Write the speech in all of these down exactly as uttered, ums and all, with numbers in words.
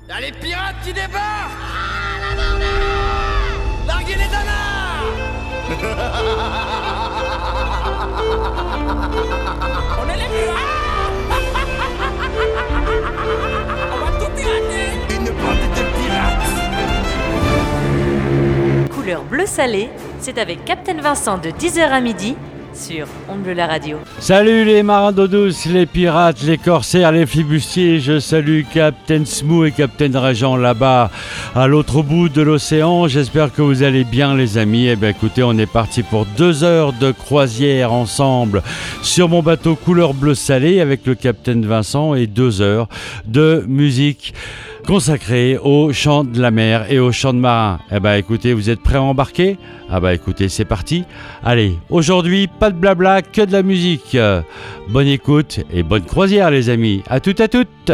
Y'a les pirates qui débarquent. Ah, la bordel. Larguez les danards. On est les pirates. On va tout pirater. Une bande de pirates. Couleur bleu salé, c'est avec Captain Vincent de dix heures à midi sur On Bleu la radio. Salut les marins d'eau douce, les pirates, les corsaires, les flibustiers. Je salue Captain Smou et Captain Régent là-bas à l'autre bout de l'océan. J'espère que vous allez bien les amis. Eh bien écoutez, on est parti pour deux heures de croisière ensemble sur mon bateau couleur bleu salé avec le Captain Vincent et deux heures de musique consacré au chant de la mer et au chant de marin. Eh ben écoutez, vous êtes prêts à embarquer ? Ah bah écoutez, c'est parti. Allez, aujourd'hui, pas de blabla, que de la musique. Bonne écoute et bonne croisière les amis. À toutes à toutes.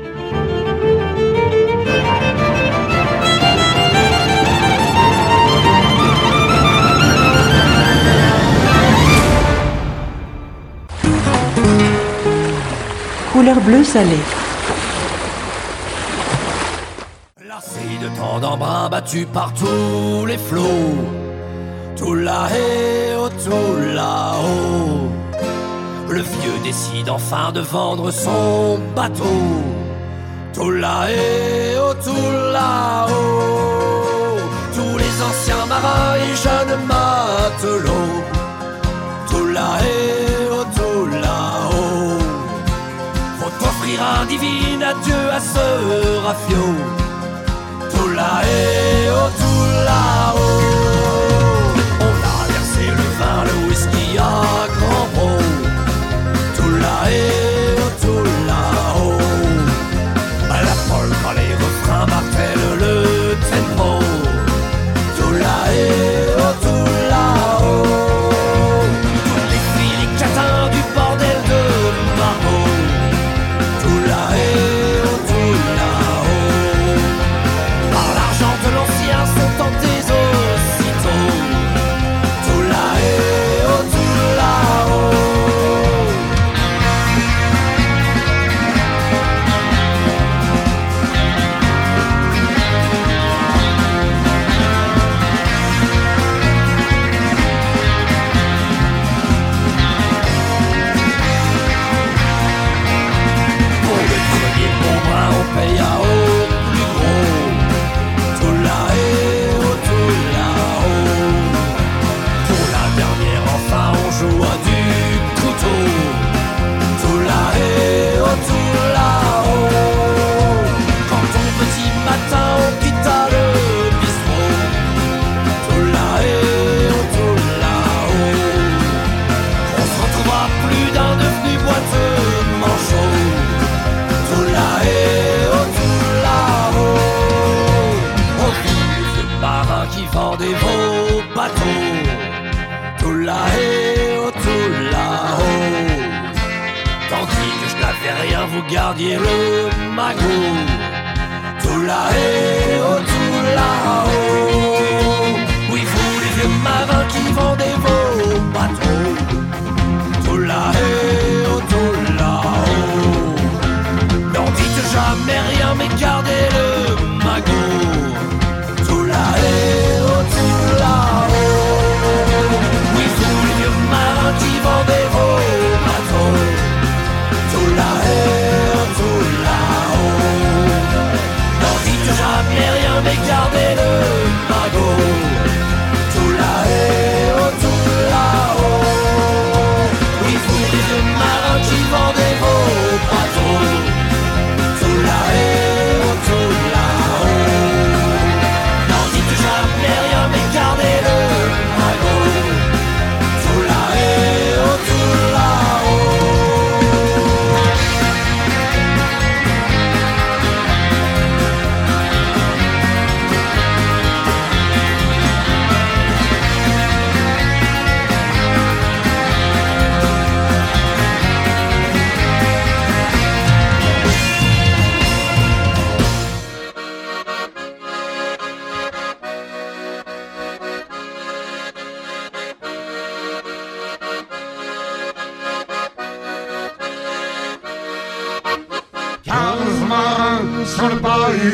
Couleur bleu salé. De tant d'embrun battu par tous les flots, tout là-haut, tout là-haut. Le vieux décide enfin de vendre son bateau, tout là-haut, tout là-haut. Tous les anciens marins et jeunes matelots, tout là-haut, tout là-haut. Faut offrir un divin adieu à ce rafio. Tout là-haut, tout là-haut. On a versé le vin, le whisky à grand pot. Tout là-haut, tout là-haut. À la folle quand les refrains martèlent le tempo. Tout là-haut, tout là-haut. Toutes les filles, les catins du bordel de Margot. Tout là-haut, tout là-haut. De l'ancien sont tentés aussitôt. Tout là-haut, tout là-haut. Pour le premier bon brin, on paye à haut plus gros. Tout là-haut, tout là-haut. Pour la dernière, enfin, on joue à du couteau. Tout là-haut, tout là-haut. Quand ton petit matin, on quitta le bistrot. Tout là-haut, tout là-haut. On se retrouvera plus d'un devenu boiteux manchot. Tout là-haut, tout là-haut. Marins qui vendaient vos bateaux. Tout là-haut, tout là-haut. Tandis que je n'avais rien, vous gardiez le magot. Tout là-haut, tout là-haut. Oui, vous les vieux marins qui vendaient vos bateaux. Tout là-haut, tout là-haut. N'en dites jamais rien, mais gardez le magot. Tout là-haut, tout là-haut. Oui, vous les vieux marins qui vendez vos bateaux. Tout là-haut, tout là-haut. N'en dites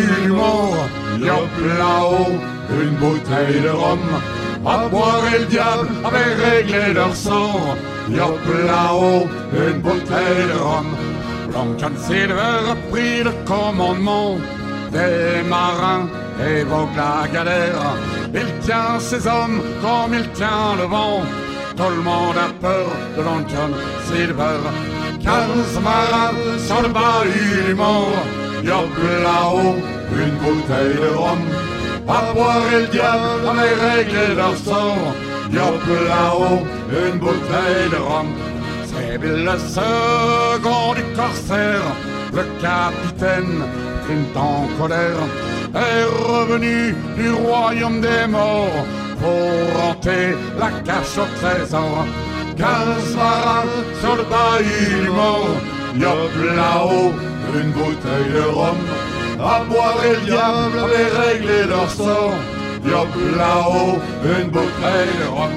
d'humour. Yop là-haut, une bouteille de rhum. À boire et le diable avait réglé leur sort. Yop là-haut, une bouteille de rhum. Long John Silver a pris le commandement des marins, évoque la galère. Il tient ses hommes comme il tient le vent. Tout le monde a peur de Long John Silver. Quinze marins sur le bahut du mort. Yop là-haut, une bouteille de rhum. À boire et le diable avait réglé leur sort. Yop là-haut, une bouteille de rhum. C'est Bill le second du corsaire, le capitaine, Clint en colère, est revenu du royaume des morts pour hanter la cache au trésor. Quinze marins sur le bahut du mort. Yop là-haut, une bouteille de rhum. À boire et le diable avait réglé leur sort. Yop là-haut, une bouteille de rhum.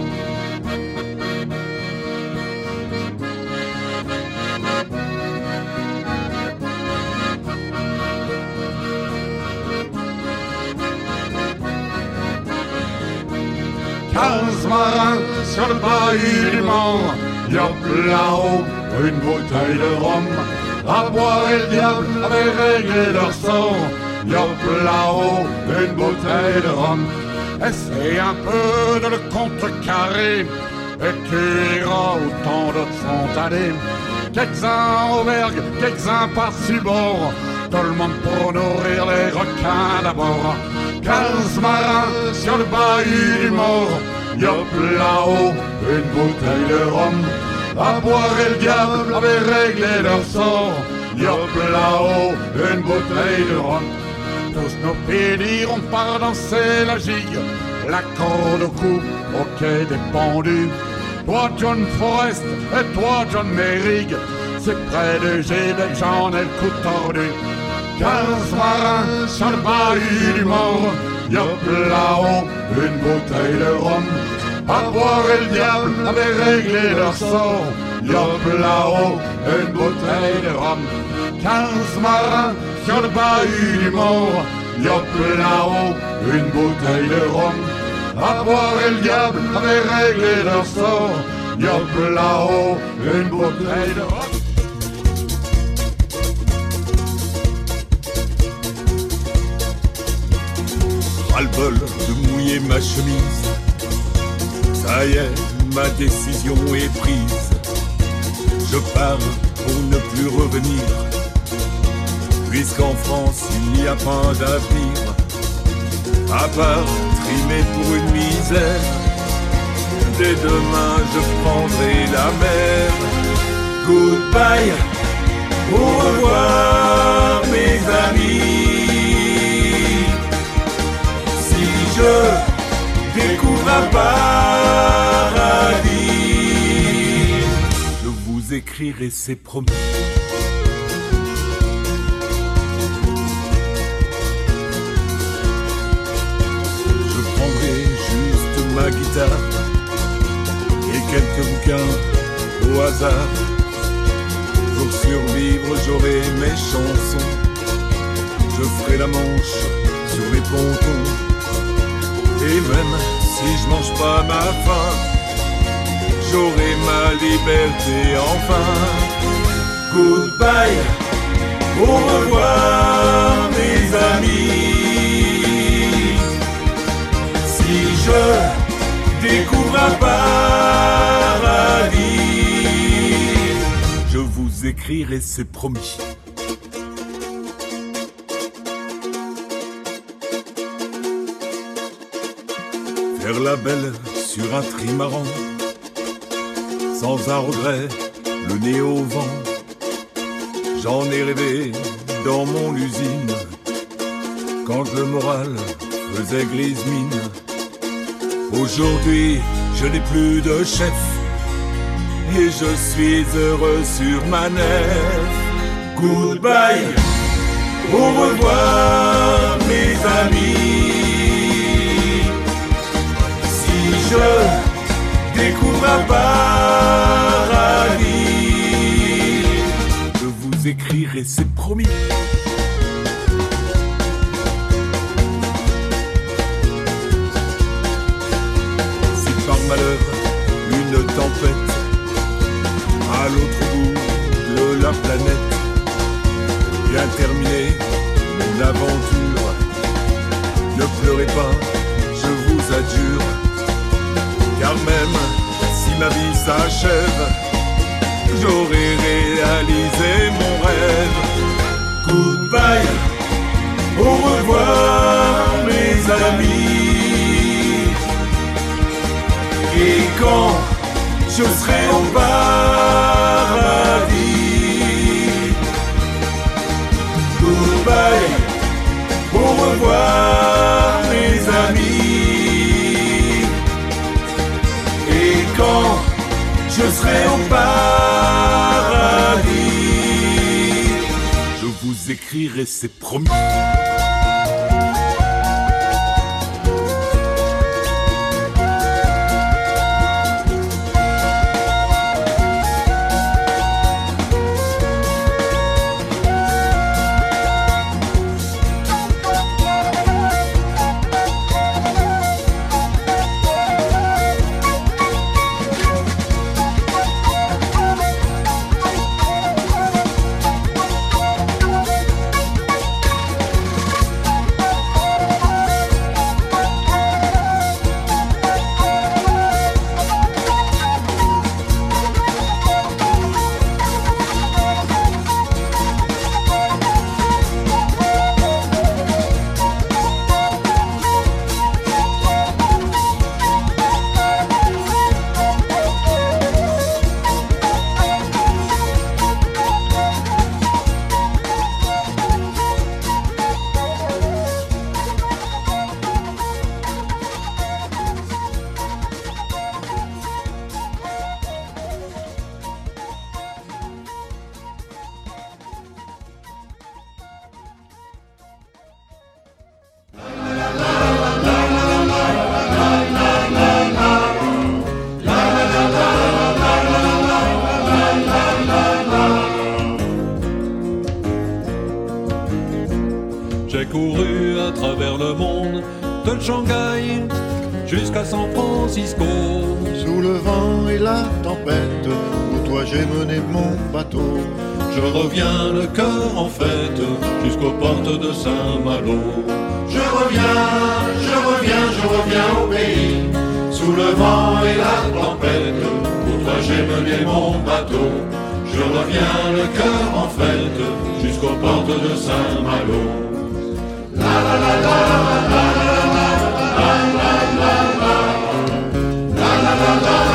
Quinze marins sur le bahut du mort. Yop là-haut, une bouteille de rhum. À boire et le diable avait réglé leur sort. Yop là-haut, une bouteille de rhum. Essaye un peu de le contrecarrer et tu iras où tant d'autres sont allés. Quelques-uns aubergues, quelques-uns par-dessus bord. Tout le monde pour nourrir les requins d'abord. Quinze marins sur le bahut du mort. Yop là-haut, une bouteille de rhum. À boire et le diable avait réglé leur sort. Yop là-haut, une bouteille de rhum. Tous nos pays iront par danser la gigue, la corde au cou, au quai des pendus. Toi John Forrest et toi John Merrig, c'est près de Gébec, j'en ai le cou tordu. Quinze marins sur le bahut du mort. Yop là-haut, une bouteille de rhum. À boire et le diable avait réglé leur sort. Yop là-haut, une bouteille de rhum. Quinze marins sur le bahut du mort. Yop là-haut, une bouteille de rhum. À boire et le diable avait réglé leur sort. Yop là-haut, une bouteille de rhum. Ras-le-bol de mouiller ma chemise. Ça y est, ma décision est prise. Je pars pour ne plus revenir, puisqu'en France il n'y a pas d'avenir, à part trimer pour une misère. Dès demain je prendrai la mer. Goodbye, au revoir mes amis. Si je découvre un paradis, je vous écrirai, c'est promis. Je prendrai juste ma guitare et quelques bouquins au hasard. Pour survivre, j'aurai mes chansons. Je ferai la manche sur les pontons. Et même si je mange pas ma faim, j'aurai ma liberté enfin. Goodbye, au revoir mes amis. Si je découvre un paradis, je vous écrirai, c'est promis. Faire la belle sur un trimaran, sans un regret, le nez au vent. J'en ai rêvé dans mon usine, quand le moral faisait grise mine. Aujourd'hui, je n'ai plus de chef, et je suis heureux sur ma nef. Goodbye, au revoir mes amis. Si je découvre un paradis, je vous écrirai, c'est promis. malheur, une tempête à l'autre bout de la planète. Bien terminé mon aventure, ne pleurez pas, je vous adjure, car même si ma vie s'achève, j'aurai réalisé mon rêve. Goodbye, au revoir mes amis. Et quand je serai au paradis, goodbye, au revoir mes amis. Et quand je serai au paradis, je vous écrirai, c'est promis. J'ai couru à travers le monde, de Shanghai jusqu'à San Francisco. Sous le vent et la tempête, pour toi j'ai mené mon bateau. Je reviens le cœur en fête, jusqu'aux portes de Saint-Malo. Je reviens, je reviens, je reviens au pays. Sous le vent et la tempête, pour toi j'ai mené mon bateau. Je reviens le cœur en fête, jusqu'aux portes de Saint-Malo. La la la la la la la la la la la la la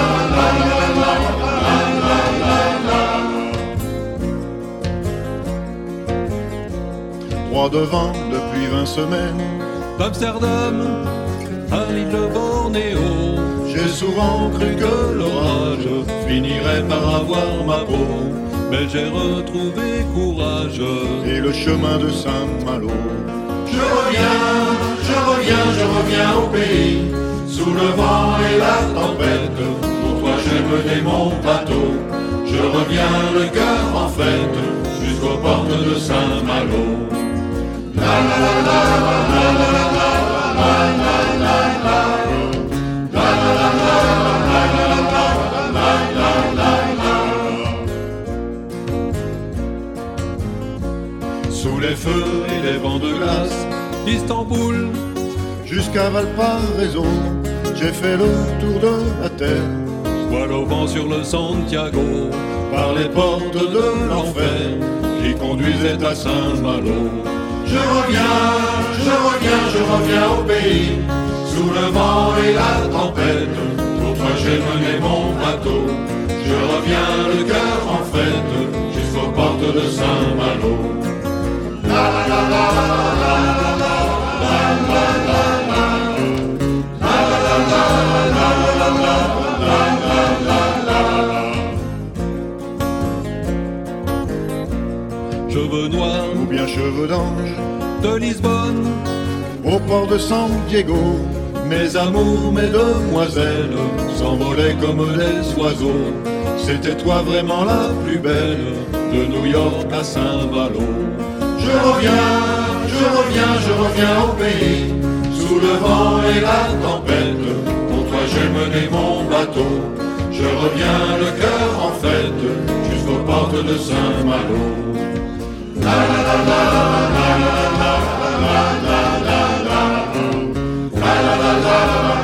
la. Droit devant depuis vingt semaines, d'Amsterdam à l'île de Bornéo. j'ai souvent cru que l'orage finirait par avoir ma peau, mais j'ai retrouvé courage et le chemin de Saint-Malo. Je reviens, je reviens, je reviens au pays. Sous le vent et la tempête, pour toi j'ai mené mon bateau. Je reviens le cœur en fête, jusqu'aux portes de Saint-Malo. La la la la la la la la la la la. Sous les feux et les vents de glace d'Istanbul jusqu'à Valparaiso, j'ai fait le tour de la terre. Voile au vent sur le Santiago, Par les portes de l'enfer qui conduisait à Saint-Malo. Je reviens, je reviens, je reviens au pays. Sous le vent et la tempête, pour toi j'ai mené mon bateau. Je reviens le cœur en fête, jusqu'aux portes de Saint-Malo. La la la la la la la la la la la la la la la la. Cheveux noirs Ou bien cheveux d'ange, de Lisbonne, au port de San Diego, mes amours, mes demoiselles s'envolaient comme des oiseaux. C'était toi vraiment la plus belle, de New York à Saint-Malo. je reviens, je reviens, je reviens au pays. Sous le vent et la tempête, pour toi j'ai mené mon chante de Saint-Malo. La la la la la la la la la la la la la la la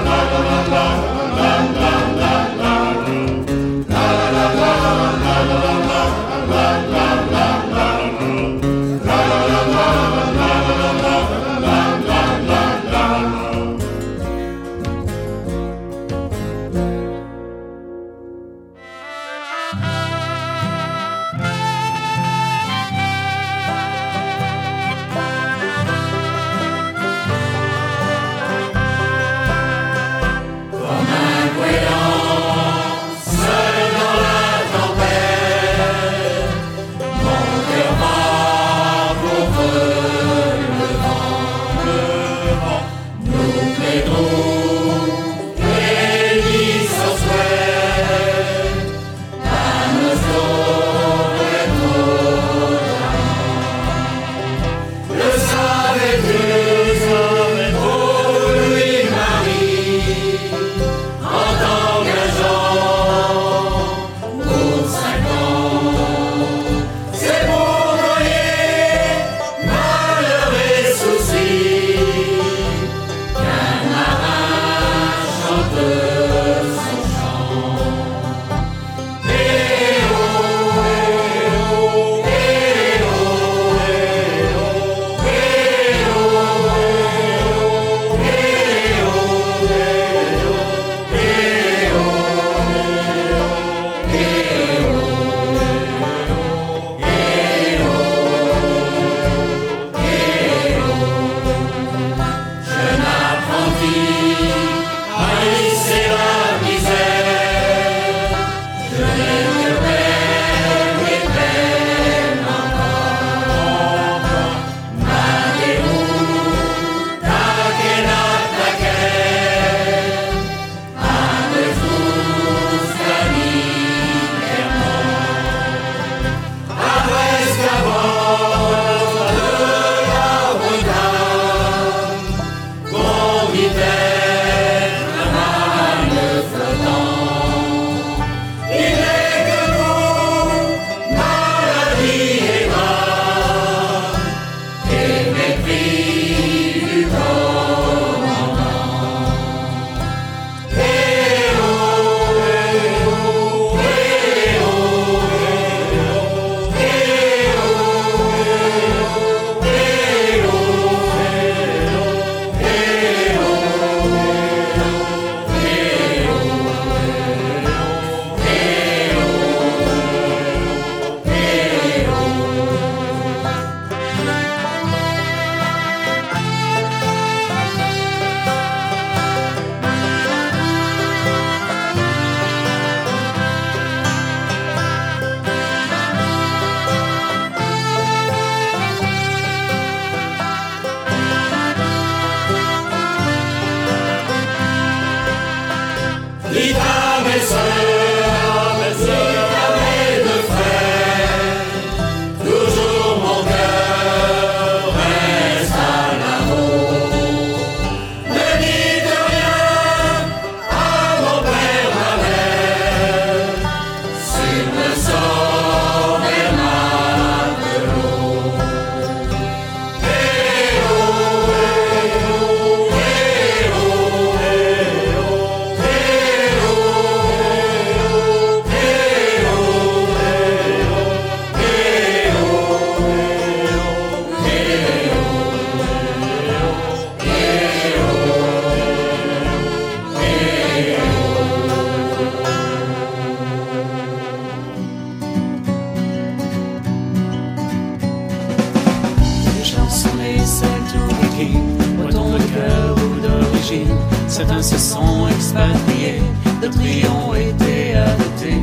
Certains se sont expatriés, d'autres y ont été adoptés.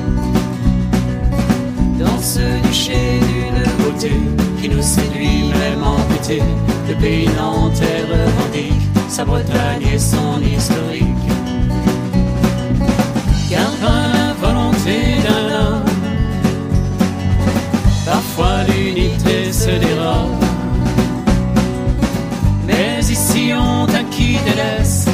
Dans ce duché d'une beauté qui nous séduit même amputé, le pays nantais revendique sa Bretagne et son historique. Car par la volonté d'un homme, parfois l'unité se dérobe. Mais ici on acquis des laisses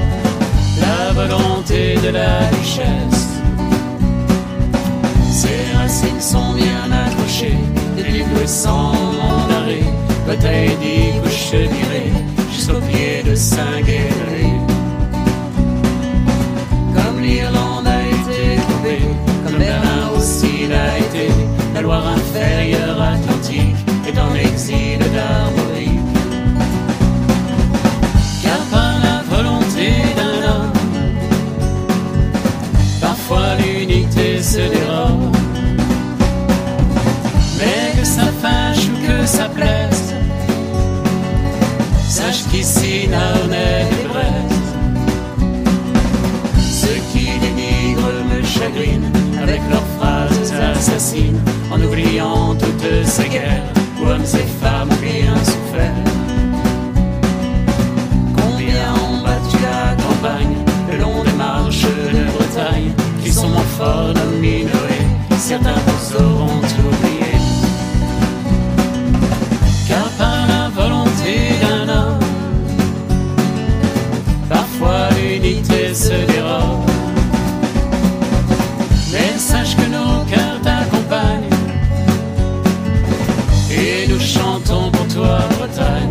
la volonté de la richesse. C'est racines sont bien accrochées, des livres sans mandaré, bataille des couches virées, jusqu'au pied de Saint-Guéry. Comme l'Irlande a été coupée, comme Berlin aussi l'a été, la Loire inférieure atlantique est en exil d'Armorique. Car par la volonté d'un homme, parfois l'unité se dérobe. Mais que ça fâche ou que ça plaise, sache qu'ici Narnet et Brest, ceux qui dénigrent me chagrinent avec leurs phrases assassines, en oubliant toutes ces guerres où hommes et femmes ont bien souffert. Combien ont battu la campagne le long des marches de Bretagne, qui sont moins forts de minorer, certains vous auront oublié. Car par la volonté d'un homme, parfois l'unité se dérobe. Mais sache que nos cœurs t'accompagnent, et nous chantons pour toi, Bretagne.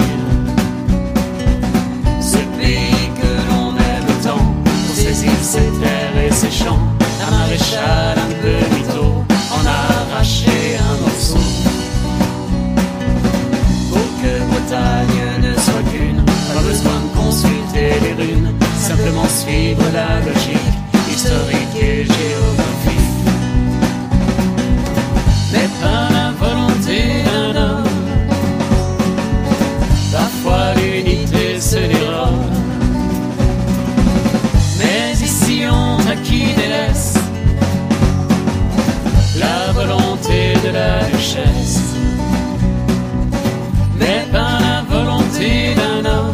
Ce pays que l'on aime tant, pour ses îles, ses terres et ses champs. Un maréchal un peu mytho en a arraché un morceau. Pour que Bretagne ne soit qu'une, pas besoin de consulter les runes, simplement suivre la logique historique et géographique. Mais par la volonté d'un homme, parfois l'unité se dérobe. Mais ici on acquis délaisse la volonté de la duchesse. Mais par la volonté d'un homme,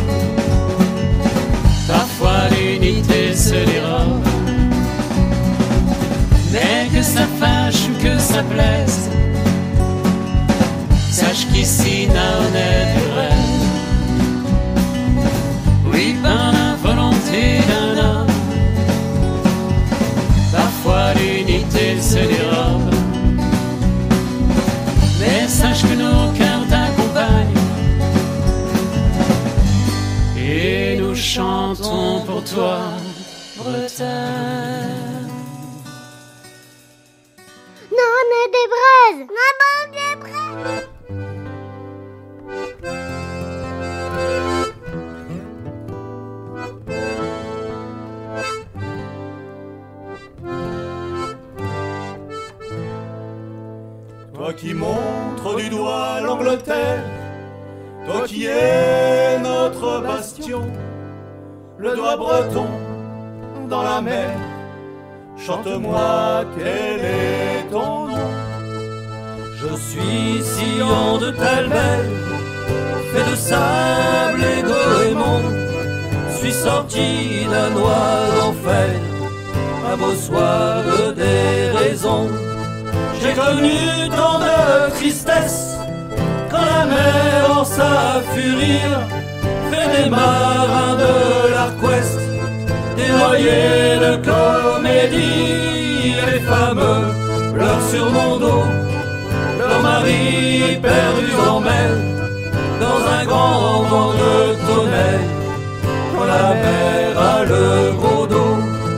parfois l'unité se dérobe. Mais que ça fâche ou que ça plaise, sache qu'ici Narnet est vrai. Oui, par la volonté d'un homme, parfois l'unité se dérobe. Mais sache que nos cœurs t'accompagnent, et nous chantons pour toi, Bretagne. Narnet des braises, Narnet des braises. Toi qui montres du doigt l'Angleterre, toi qui es notre bastion, le doigt breton dans la mer, chante-moi quel est ton nom. Je suis sillon de Telbel, fait de sable et goémon, suis sorti d'un noir d'enfer, un beau soir de déraison. J'ai connu tant de tristesse, quand la mer en sa furie fait des marins de l'Arquest, des noyés de comédie. Les fameux pleurent sur mon dos, leur mari perdu en mer, dans un grand vent de tonnerre, quand la mer a le gros dos.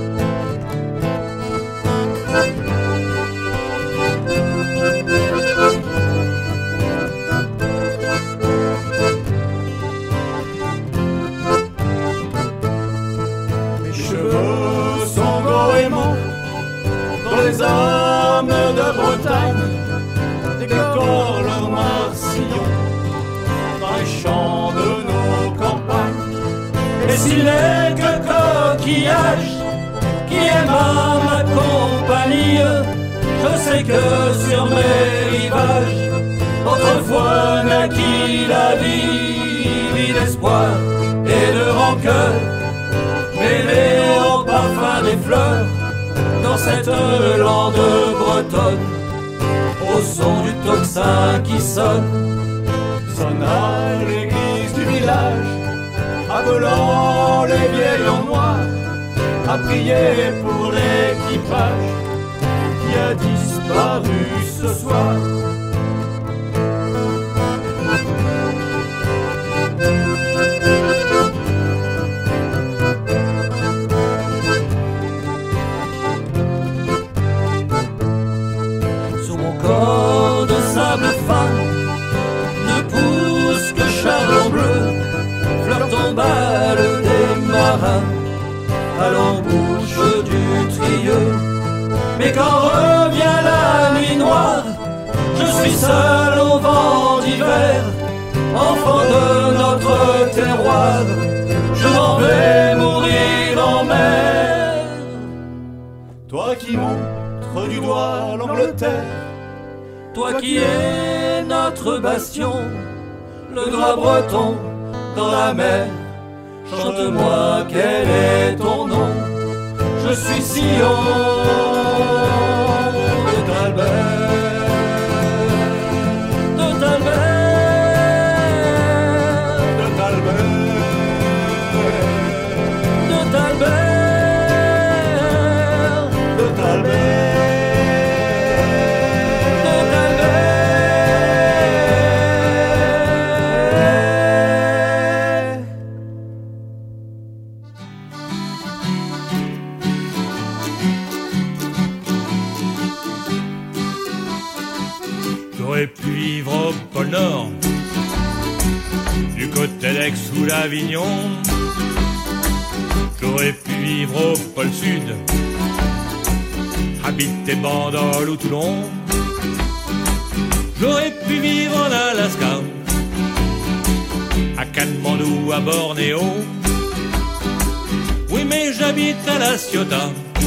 Les âmes de Bretagne décorent leur noir sillon dans les champs de nos campagnes. Et s'il n'est que coquillage qui aima ma compagnie, je sais que sur mes rivages autrefois naquit la vie, vie d'espoir et de rancœur, mêlée au parfum des fleurs. Dans cette lande bretonne, au son du tocsin qui sonne, sonne à l'église du village, appelant les vieilles en noir à prier pour l'équipage qui a disparu ce soir. Sur mon corps de sable fin ne pousse que charbon bleu, fleur tombale des marins à l'embouche du Trieux. Mais quand revient la nuit noire, je suis seul au vent d'hiver, enfant de notre terroir, je m'en vais mourir en mer. Toi qui montres du doigt l'Angleterre, toi qui es notre bastion, le drap breton dans la mer, chante-moi quel est ton nom. Je suis Sion de Talbert, de Talbert, de Talbert, de Talbert, de Talbert. J'aurais pu vivre au pôle Nord, du côté d'Aix ou d'Avignon. J'aurais pu vivre au pôle Sud, habiter Bandol ou Toulon. J'aurais pu vivre en Alaska, à Katmandou, à Bornéo. Oui, mais j'habite à La Ciotat,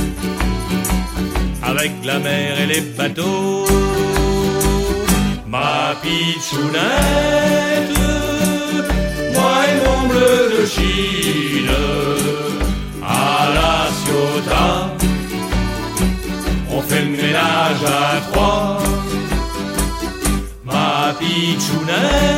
avec la mer et les bateaux. Ma pitchounette, moi et mon bleu de Chine, à La Ciotat, on fait le ménage à trois. Ma pitchounette,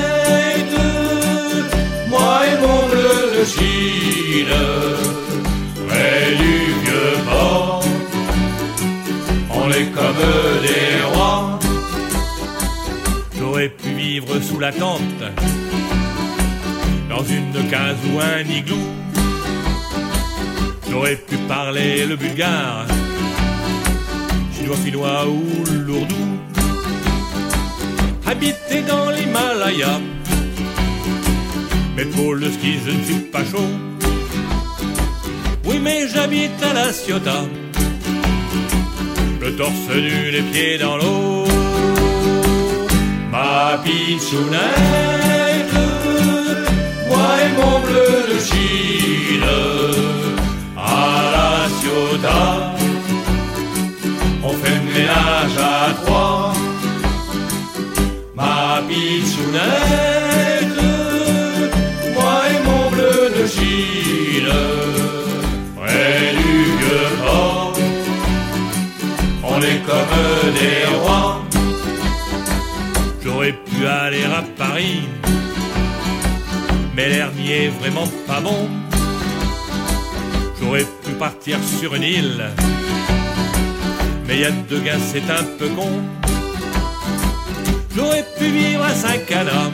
moi et mon bleu de Chine, près du vieux port, on est comme des rois. J'aurais pu vivre sous la tente, dans une case ou un igloo. J'aurais pu parler le bulgare, chinois, finnois ou l'ourdou. Habiter dans l'Himalaya, mais pour le ski je ne suis pas chaud. Oui, mais j'habite à La Ciotat, le torse nu, les pieds dans l'eau. Ma pitchounette, moi et mon bleu de Chine, à La Ciotat, on fait le ménage à trois. Ma pitchounette, moi et mon bleu de Chine, près du vieux port, on est comme des rois. J'aurais pu aller à Paris, mais l'air n'y est vraiment pas bon. J'aurais pu partir sur une île, mais y a deux gars, c'est un peu con. J'aurais pu vivre à Saint-Cana,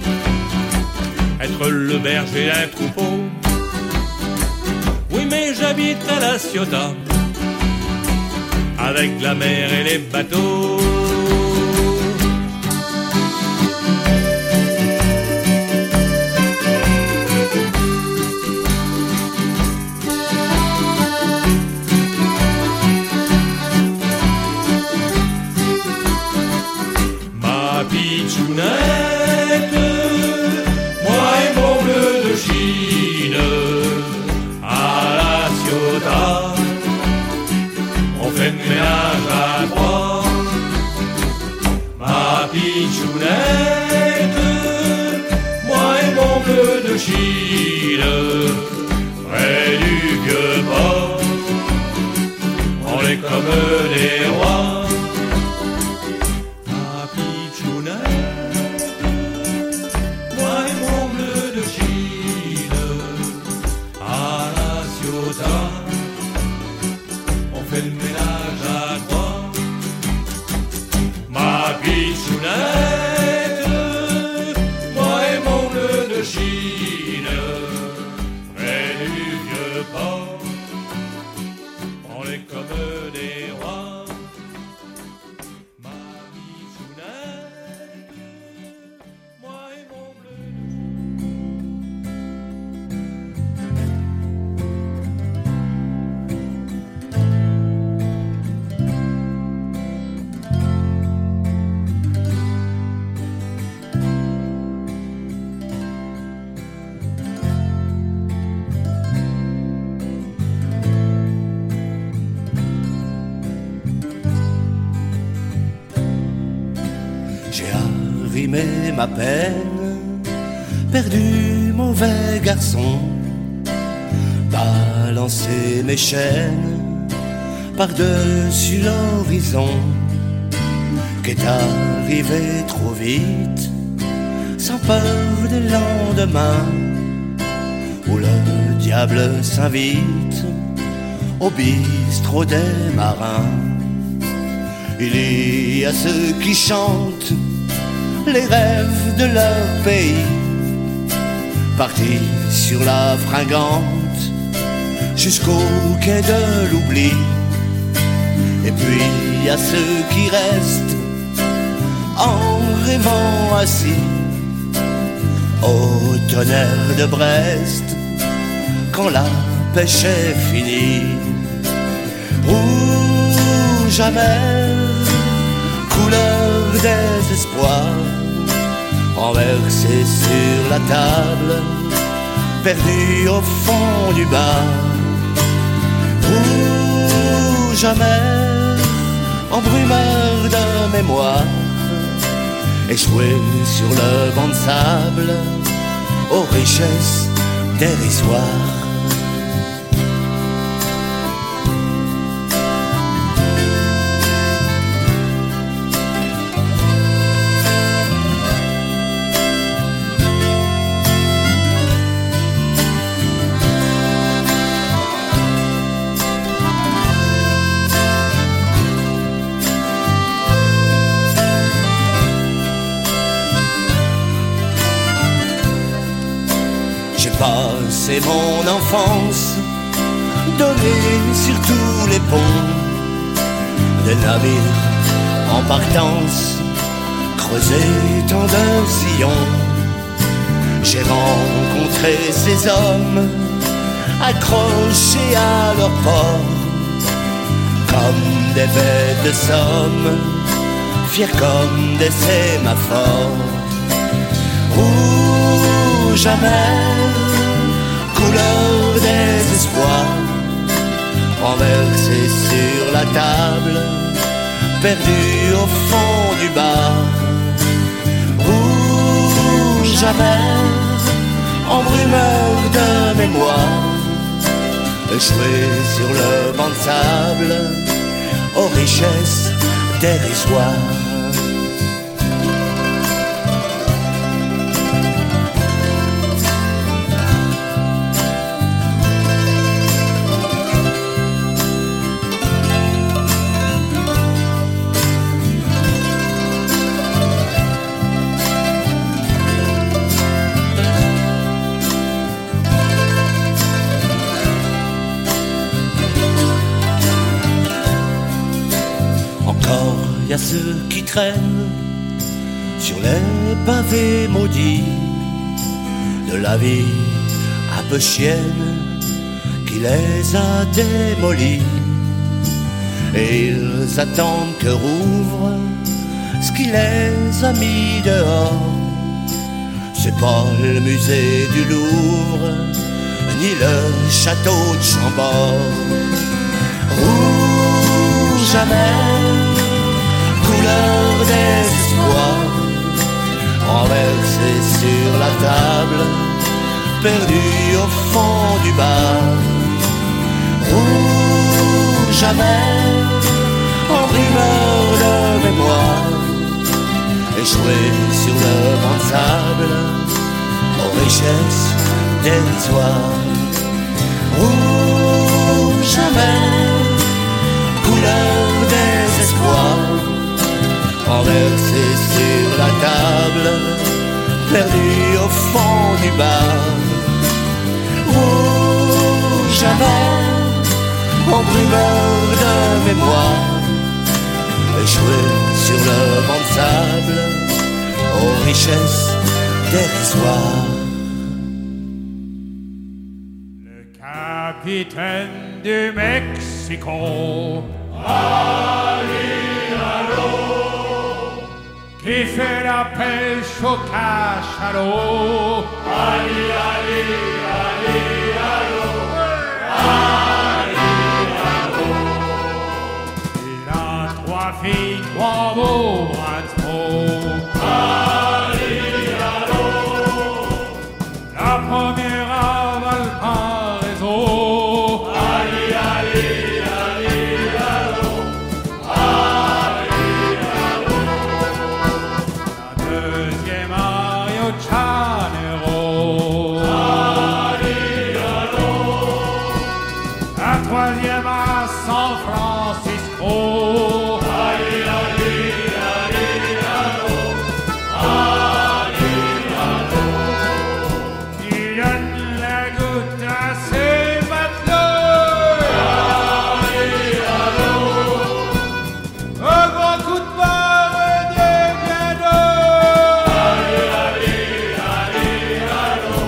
être le berger d'un troupeau. Oui, mais j'habite à La Ciotat, avec la mer et les bateaux. Pitchounette, moi et mon bleu de Chine, à La Ciotat, on fait le ménage à trois. Ma pitchounette, moi et mon bleu de Chine, près du vieux port, on est comme des rois. On fait le ménage à trois. de Chine, près du vieux port, on est comme des rois. Ma bichounette, moi et mon bleu. J'ai arrimé ma peine, perdu mauvais garçon, balancé mes chaînes par-dessus l'horizon, qu'est arrivé trop vite, sans peur des lendemains, où le diable s'invite au bistrot des marins. Il y a ceux qui chantent les rêves de leur pays, partis sur la fringante jusqu'au quai de l'oubli. Et puis il y a ceux qui restent en rêvant assis au tonnerre de Brest quand la pêche est finie. Rouge amer, couleur désespoir, renversé sur la table, perdu au fond du bar. Rouge amer, embrumeur de mémoire, échoué sur le banc de sable, aux richesses dérisoires. Passé mon enfance, donné sur tous les ponts des navires en partance, creusé tant de sillons. J'ai rencontré ces hommes accrochés à leur port, comme des bêtes de somme, fiers comme des sémaphores. Rouge amer, couleur désespoir, renversé sur la table, perdu au fond du bar. Rouge amer, embrumeur de mémoire, échoué sur le banc de sable, aux richesses dérisoires. Y a ceux qui traînent sur les pavés maudits de la vie un peu chienne qui les a démolis, et ils attendent que rouvre ce qui les a mis dehors. C'est pas le musée du Louvre ni le château de Chambord. Rouge amer, couleur d'espoir, renversé sur la table, perdu au fond du bar. Rouge amer, embrumeur de mémoire, échoué sur le banc de sable, aux richesses dérisoires. Rouge amer, couleur désespoir, renversé sur la table, perdu au fond du Cuba, où jamais, en primeur de mémoire, échoué sur le banc de sable, aux richesses dérisoires. Le capitaine du Mexico, allez, allô, qui fait la pêche au cachalot. Allez, allez, allez, allô, allez, allô. Il a trois filles, trois beaux bras de peau. Allez, allô. La première à Valparaiso. Allez, allez, allez, allô. Allez, allô. La deuxième à Rio de Janeiro. Allez, allô. La troisième à San Francisco. Allez, allez, allez, allô. Allez, allô. Il donne la goutte à ses matelots. Allez, allô. Un grand coup de barre et des cadeaux. Allez, allez, allez, allô.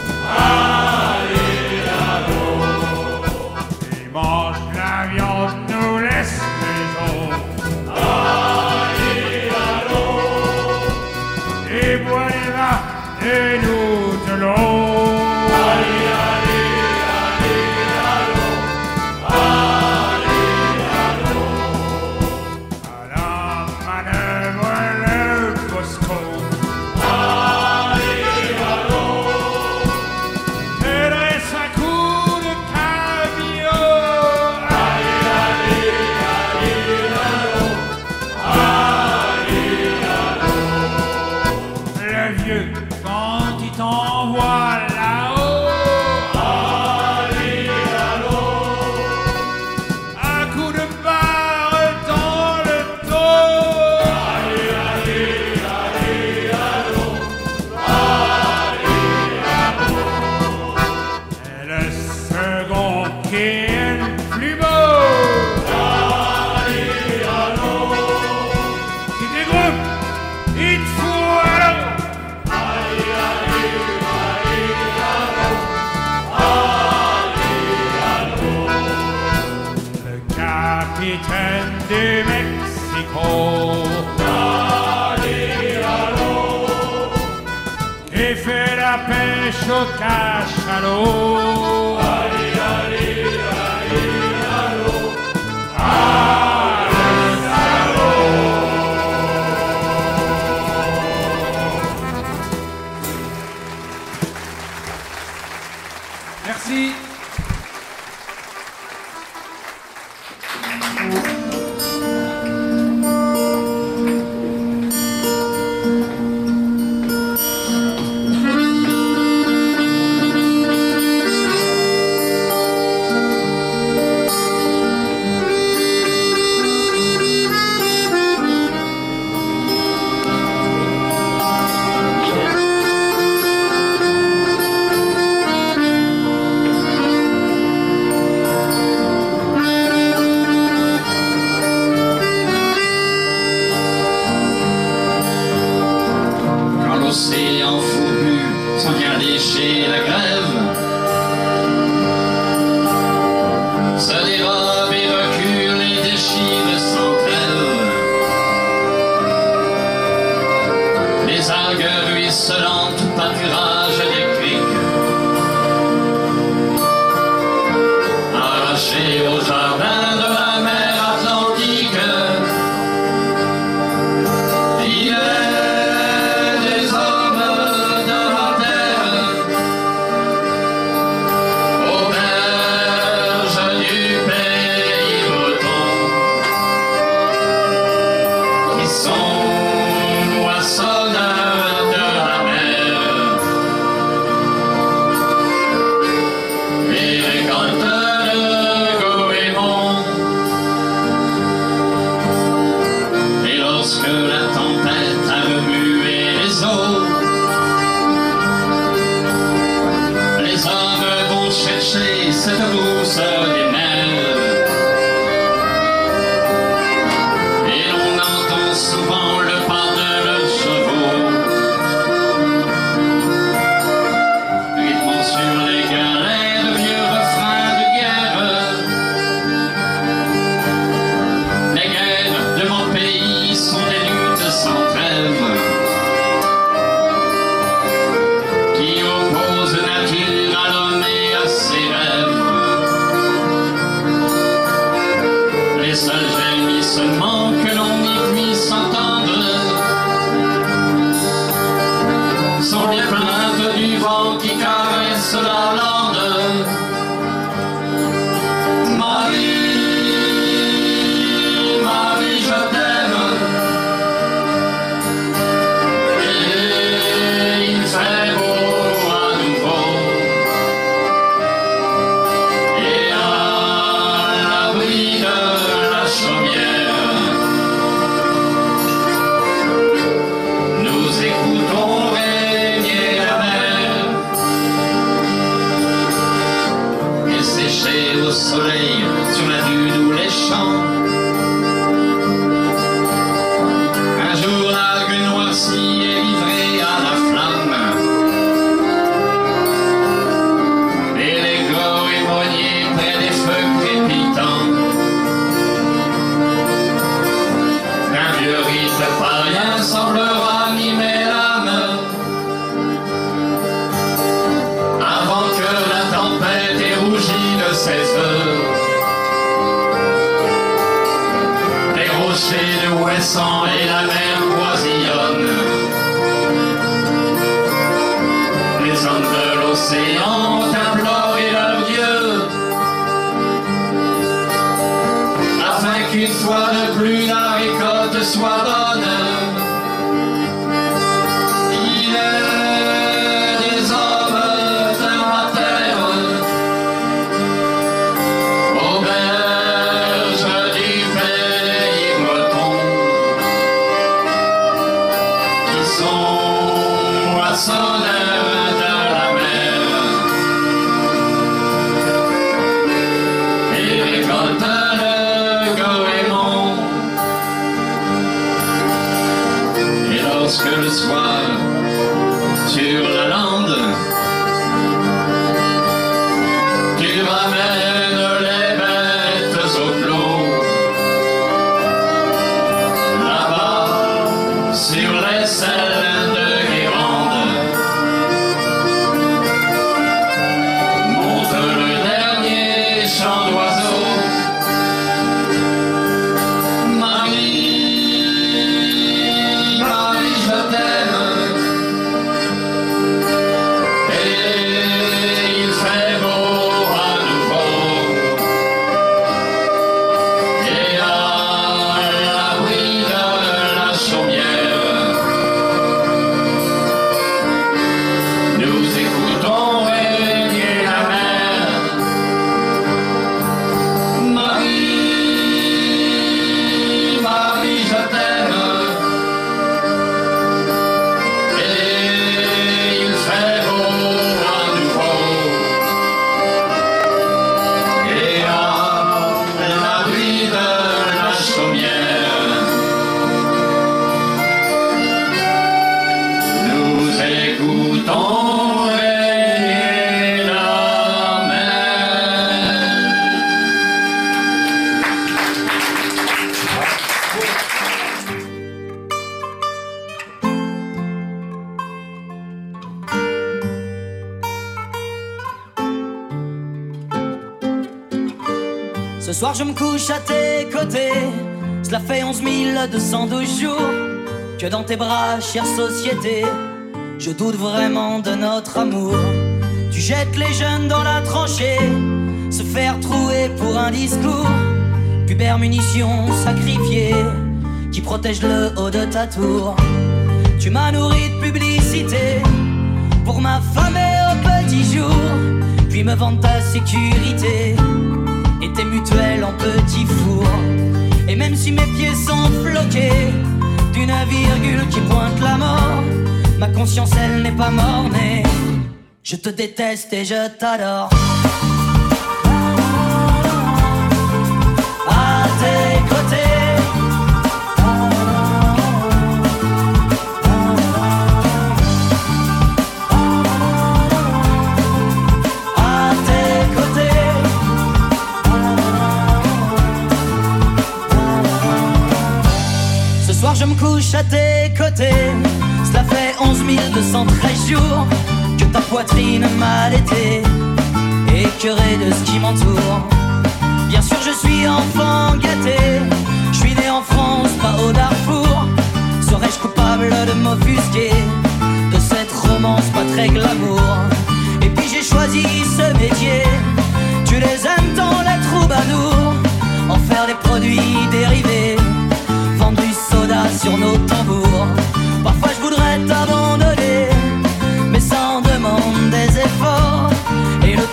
Allez, allô. Il mange la viande, nous laisse les os. Allez, allô. Il boit les vins et nous de l'eau. Allez, allez, allez, allô. Allez, allô. À la manœuvre, le Bosco. Allez, allô. Et dresse un coup de cabillaud. Allez, allez, allez, allô. Allez, allô. Le vieux, quand il t'envoie là-haut. Allez, allô. Un coup de barre dans le dos. Allez, allez, allez, allô. Allez, allô. Et le second qui est le plus beau. Allez, allô. Qui dégroupe, il te fout à l'eau. Allez, allez, allez, allô. Allez, allô. Le capitaine du Mexico. Allez, allô. Qui fait la pêche au cachalot. Allez, allez, allez, allô. Allez, allô. Merci. l'Ouest, la lande. Marie, Marie, je t'aime. Et il fait beau à nouveau. Et à l'abri de la chaumière, nous écoutons régner la mer et sécher au soleil sur la dune ou les champs. Un jour l'algue noircie est livrée à la flamme et les goémoniers près des feux crépitants. Un vieux rite païen semble ranimer l'âme avant que la tempête ait rougi de ses feux. Les rochers de Ouessant et la mer oisillonnent. Les hommes de l'océan ont imploré leur Dieu afin qu'une fois de plus la récolte soit bonne. Il est des hommes de ma terre, auberge du pays breton, qui sont moissonneurs de la mer et récoltent le goémon. Et lorsque le soir, sur la lande, tu ramènes les bêtes au clos, là-bas, sur les selles de Guérande, monte le dernier chant d'oiseaux. Marie, Marie, je t'aime. Et il fait beau à nouveau. Et à l'abri de la chaumière, nous écoutons régner la mer. Marie, Marie, je t'aime. Et il fait beau à nouveau. Et à l'abri de la chaumière, nous écoutons régner la mer. Ce soir je me couche à tes côtés. Cela fait onze mille deux cent douze jours que dans tes bras, chère société, je doute vraiment de notre amour. Tu jettes les jeunes dans la tranchée, se faire trouer pour un discours. Pubère munition sacrifiée, qui protège le haut de ta tour. Tu m'as nourri de publicité pour m'affamer au petit jour, puis me vendre ta sécurité et tes mutuelles en petit four. Et même si mes pieds sont floqués d'une virgule qui pointe la mort, ma conscience elle n'est pas mornée. Je te déteste et je t'adore. À tes côtés, à tes côtés, ce soir je me couche à tes côtés. Cela fait onze mille deux cent treize jours que ta poitrine m'a allaité, écœuré de ce qui m'entoure. Bien sûr je suis enfant gâté, je suis né en France, pas au Darfour. Serais-je coupable de m'offusquer de cette romance pas très glamour? Et puis j'ai choisi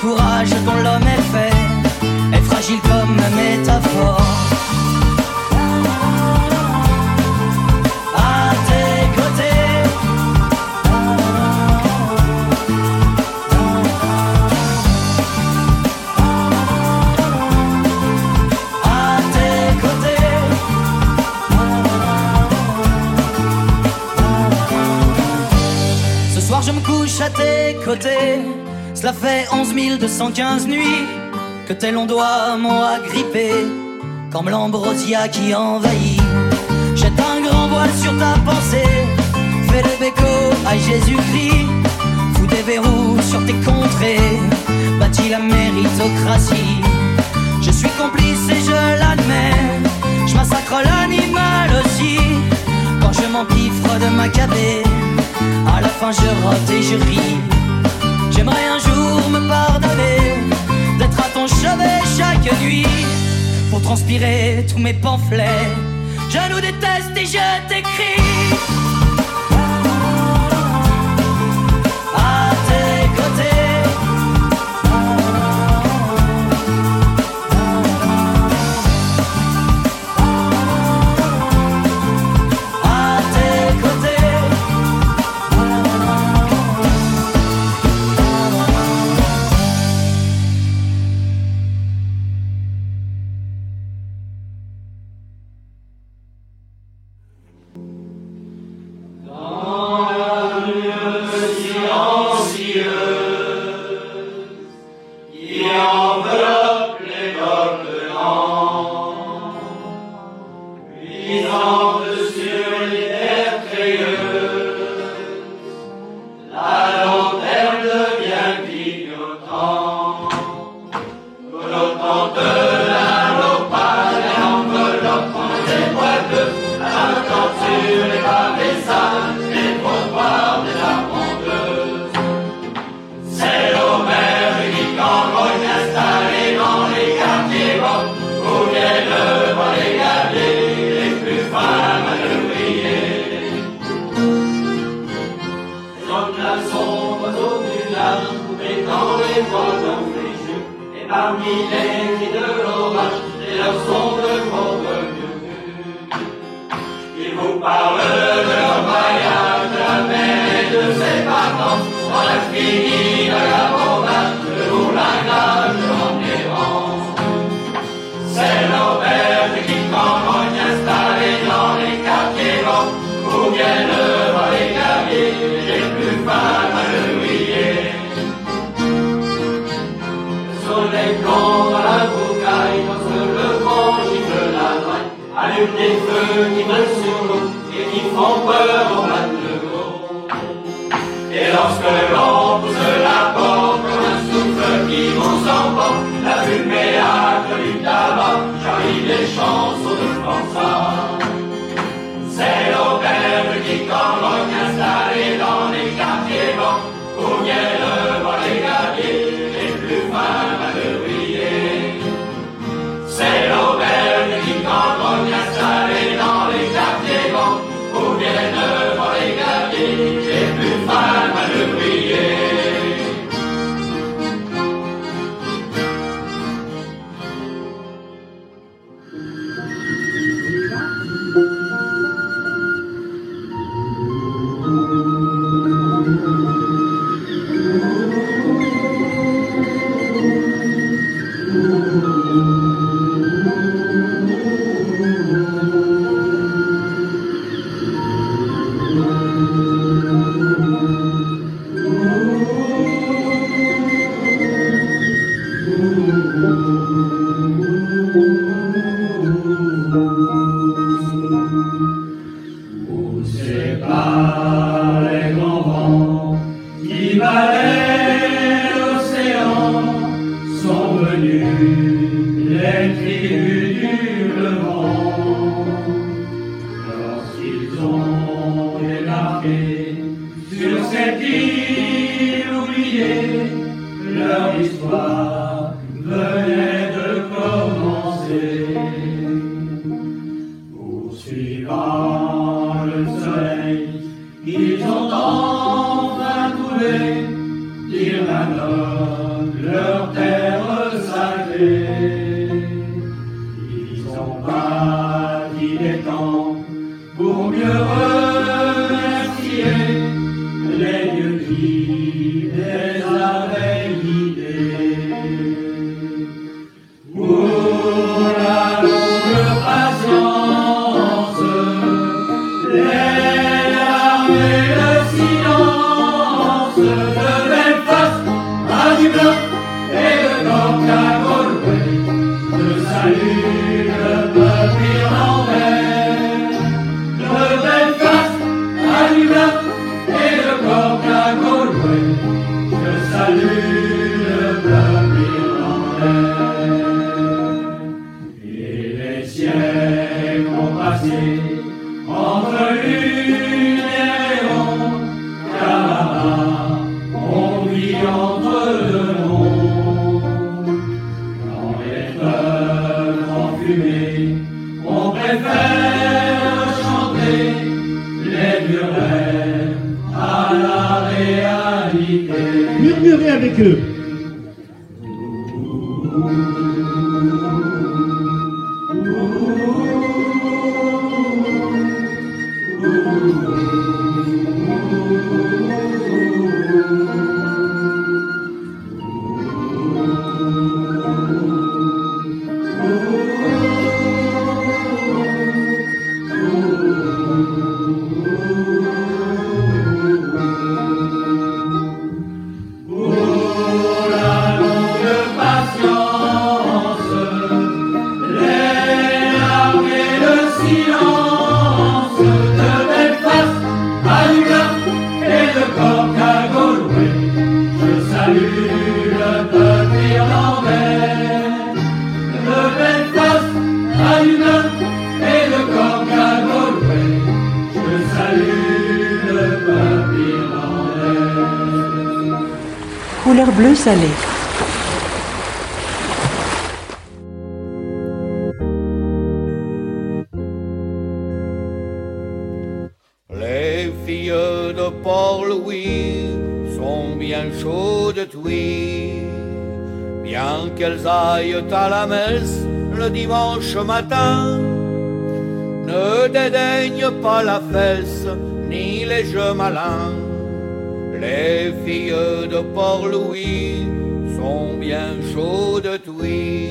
courage dont l'homme est fait est fragile comme métaphore. À tes côtés, à tes côtés, ce soir je me couche à tes côtés. Cela fait onze mille deux cent quinze nuits que tes longs doigts m'ont agrippé, comme l'ambrosia qui envahit. Jette un grand voile sur ta pensée, fais le béco à Jésus-Christ, fous des verrous sur tes contrées, bâtis la méritocratie. Je suis complice et je l'admets, je massacre l'animal aussi. Quand je m'empiffre de Maccabée, à la fin je rote et je ris. J'aimerais un jour me pardonner d'être à ton chevet chaque nuit pour transpirer tous mes pamphlets. Je nous déteste et je t'écris. À tes côtés, à tes côtés. Des feux qui volent sur l'eau et qui font peur aux matelots. Et lorsque le vent pousse la porte comme un souffle qui monte sans porte, la fumée âcre du tabac charrie les chansons de François. C'est l'auberge qui corrogne installée dans les quartiers bons, où viennent voir les gabiers les plus fins à le briller. C'est l'auberge qui corrogne installée dans les quartiers bons, où viennent voir les gabiers les plus fins à le briller. Ils ont enfin trouvé, dire la noble leur terre sacrée. Ils ont bâti des camps pour mieux remercier les dieux qui les avaient guidés. Pour la longue patience, les larmes et le silence de Belfast à Dublin et de Cork à Galway. Je salue le peuple irlandais. De Belfast à Dublin et de Cork à Galway. Je salue le peuple irlandais. Et les siècles ont passé entre l'une et Léon, car là-bas on vit entre deux mondes. Quand les peuples enfumés, on préfère chanter les vieux rêves à la réalité. Murmurez avec eux. Couleur bleu salé. Les filles de Port-Louis sont bien chaudes, oui, bien qu'elles aillent à la messe le dimanche matin. Ne dédaignent pas la fesse ni les jeux malins. Les filles de Port-Louis sont bien chaudes, oui.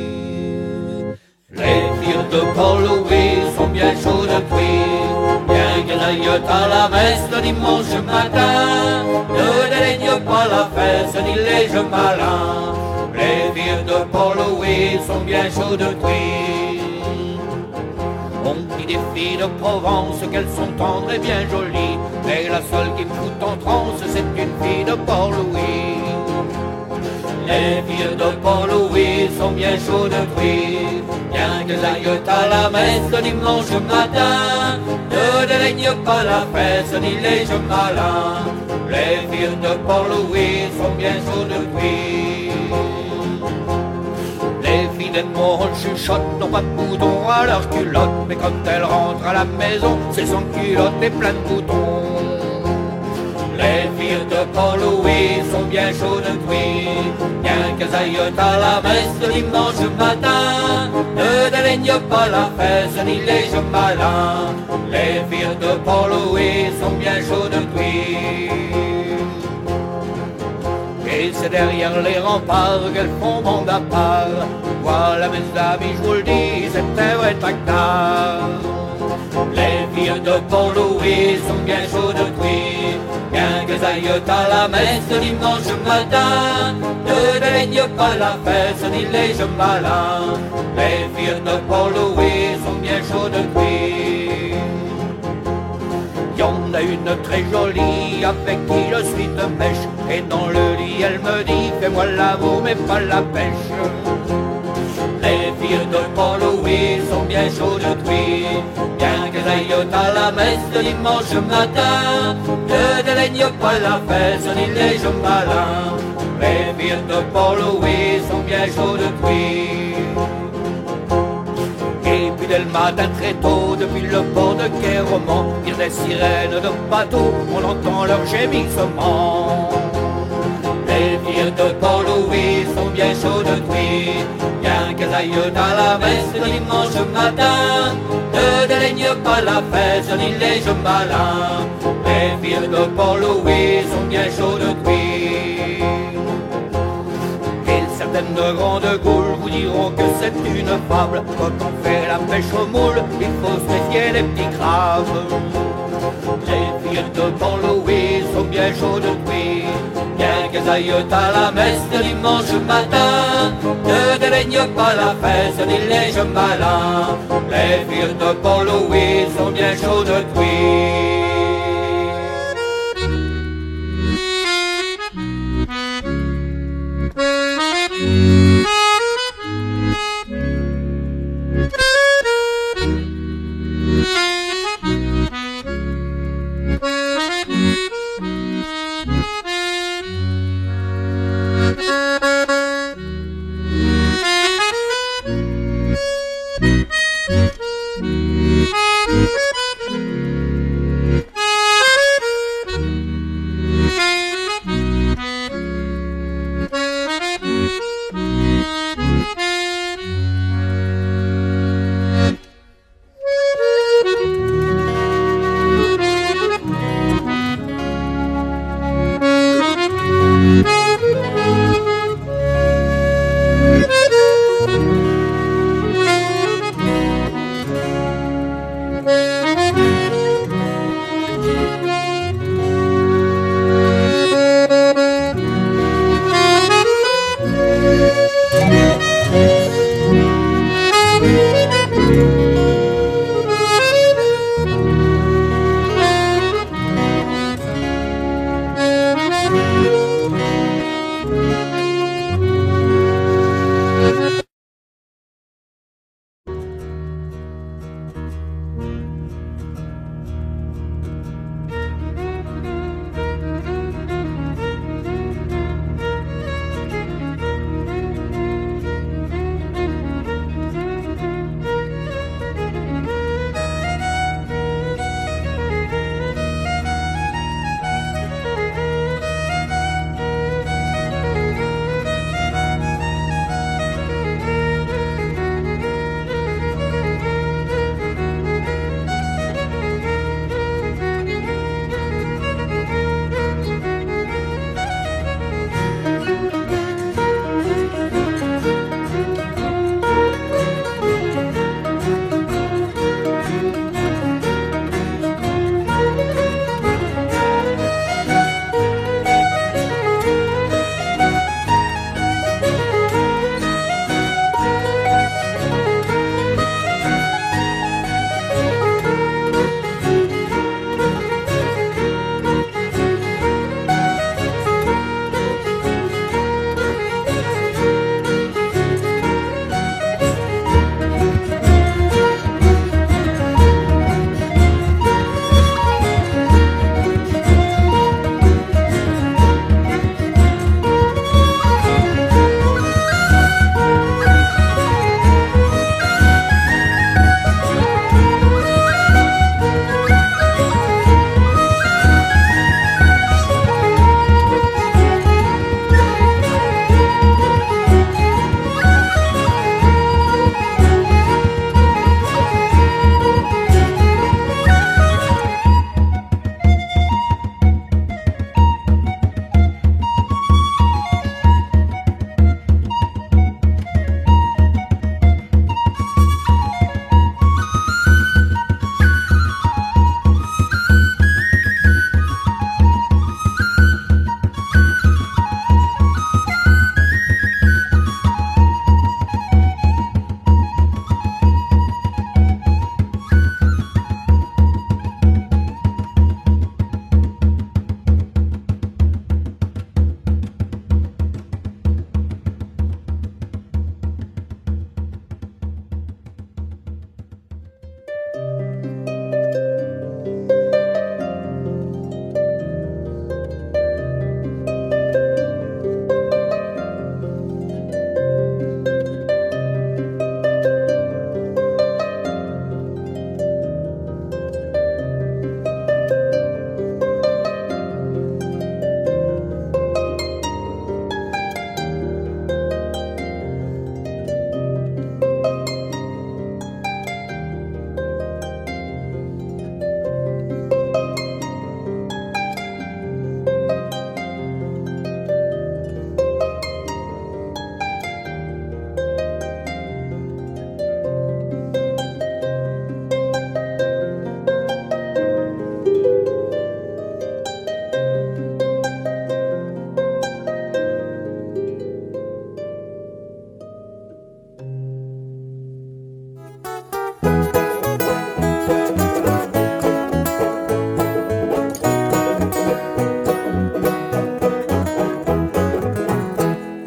Les filles de Port-Louis sont bien chaudes, oui, bien qu'elles aillent à la messe le dimanche matin. Ne dédaignent pas la fesse ni les jeux malins. Les filles de Port-Louis sont bien chaudes, oui. On dit des filles de Provence qu'elles sont tendres et bien jolies, mais la seule qui me fout en transe, c'est une fille de Port-Louis. Les filles de Port-Louis sont bien chaudes, oui, bien qu'elles aillent à la messe le dimanche matin. Ne dédaignent pas la fesse ni les jeux malins. Les filles de Port-Louis sont bien chaudes, oui. Les filles d'Edmond chuchotent, n'ont pas de boutons à leur culotte, mais quand elles rentrent à la maison, c'est sans culotte et plein de boutons. Les filles de Port-Louis sont bien chaudes, oui, bien qu'elles aillent à la messe le dimanche matin. Ne dédaignent pas la fesse ni les jeux malins. Les filles de Port-Louis sont bien chaudes, oui. Et c'est derrière les remparts qu'elles font bande à part. Voilà mes amis, je vous le dis, c'est un vrai tractard. Les filles de Port-Louis sont bien chaudes, oui, bien qu'elles aillent à la messe le dimanche matin. Ne dédaignent pas la fesse ni les jeux malins. Les filles de Port-Louis sont bien chaudes, oui. Y en a une très jolie avec qui je suis de mèche, et dans le lit elle me dit fais-moi l'amour mais pas la pêche. Les filles de Port-Louis sont bien chaudes, oui, bien qu'elles aillent à la messe le dimanche matin. Ne dédaignent pas la fesse ni les jeux malins. Les filles de Port-Louis sont bien chaudes, oui. Et puis dès le matin très tôt, depuis le port de Quai-Romand, pire des sirènes de bateau, on entend leur gémissement. Les filles de Port-Louis bien chaudes de cuir. Bien qu'elles aillent à la messe le dimanche matin, ne dédaigne pas la fesse ni les jeux malins. Les filles de Port-Louis sont bien chaudes de cuir. Et certaines de grandes goules vous diront que c'est une fable. Quand on fait la pêche au moule, il faut se méfier des petits crabes. Les filles de Port-Louis sont bien chaudes de cuir. Bien qu'elles aillent à la messe le dimanche matin, ne dédaigne pas la fesse ni les jeux malins. Les filles de Port-Louis sont bien chaudes de cuir.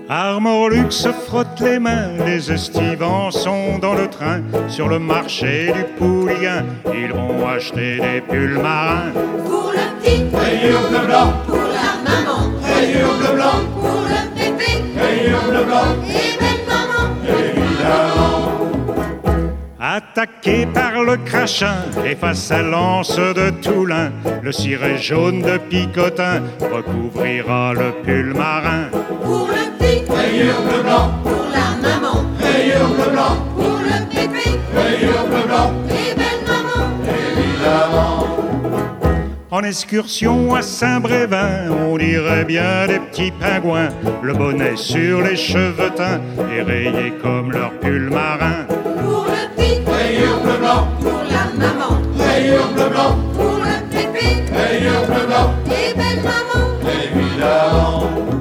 Armorlux se frotte les mains, les estivants sont dans le train. Sur le marché du Pouliguen, ils vont acheter des pulls marins. Pour le petit, rayure bleu blanc. Pour la maman, rayure bleu blanc. Pour le bébé, rayure bleu blanc. Et belle maman, évidemment. Attaqué par le crachin et face à l'anse de Toulin, le ciré jaune de Picotin recouvrira le pull marin. Pour le petit, rayure bleu blanc. Pour la maman, rayure bleu blanc. Pour le bébé, rayure bleu blanc. Et belle maman, évidemment. En excursion à Saint-Brévin, on dirait bien des petits pingouins, le bonnet sur les cheveux teints et rayé comme leur pull marin. Pour le petit, rayure bleu blanc. Pour la maman, rayure bleu blanc. Pour le bébé, rayure bleu blanc. Et belle maman, évidemment.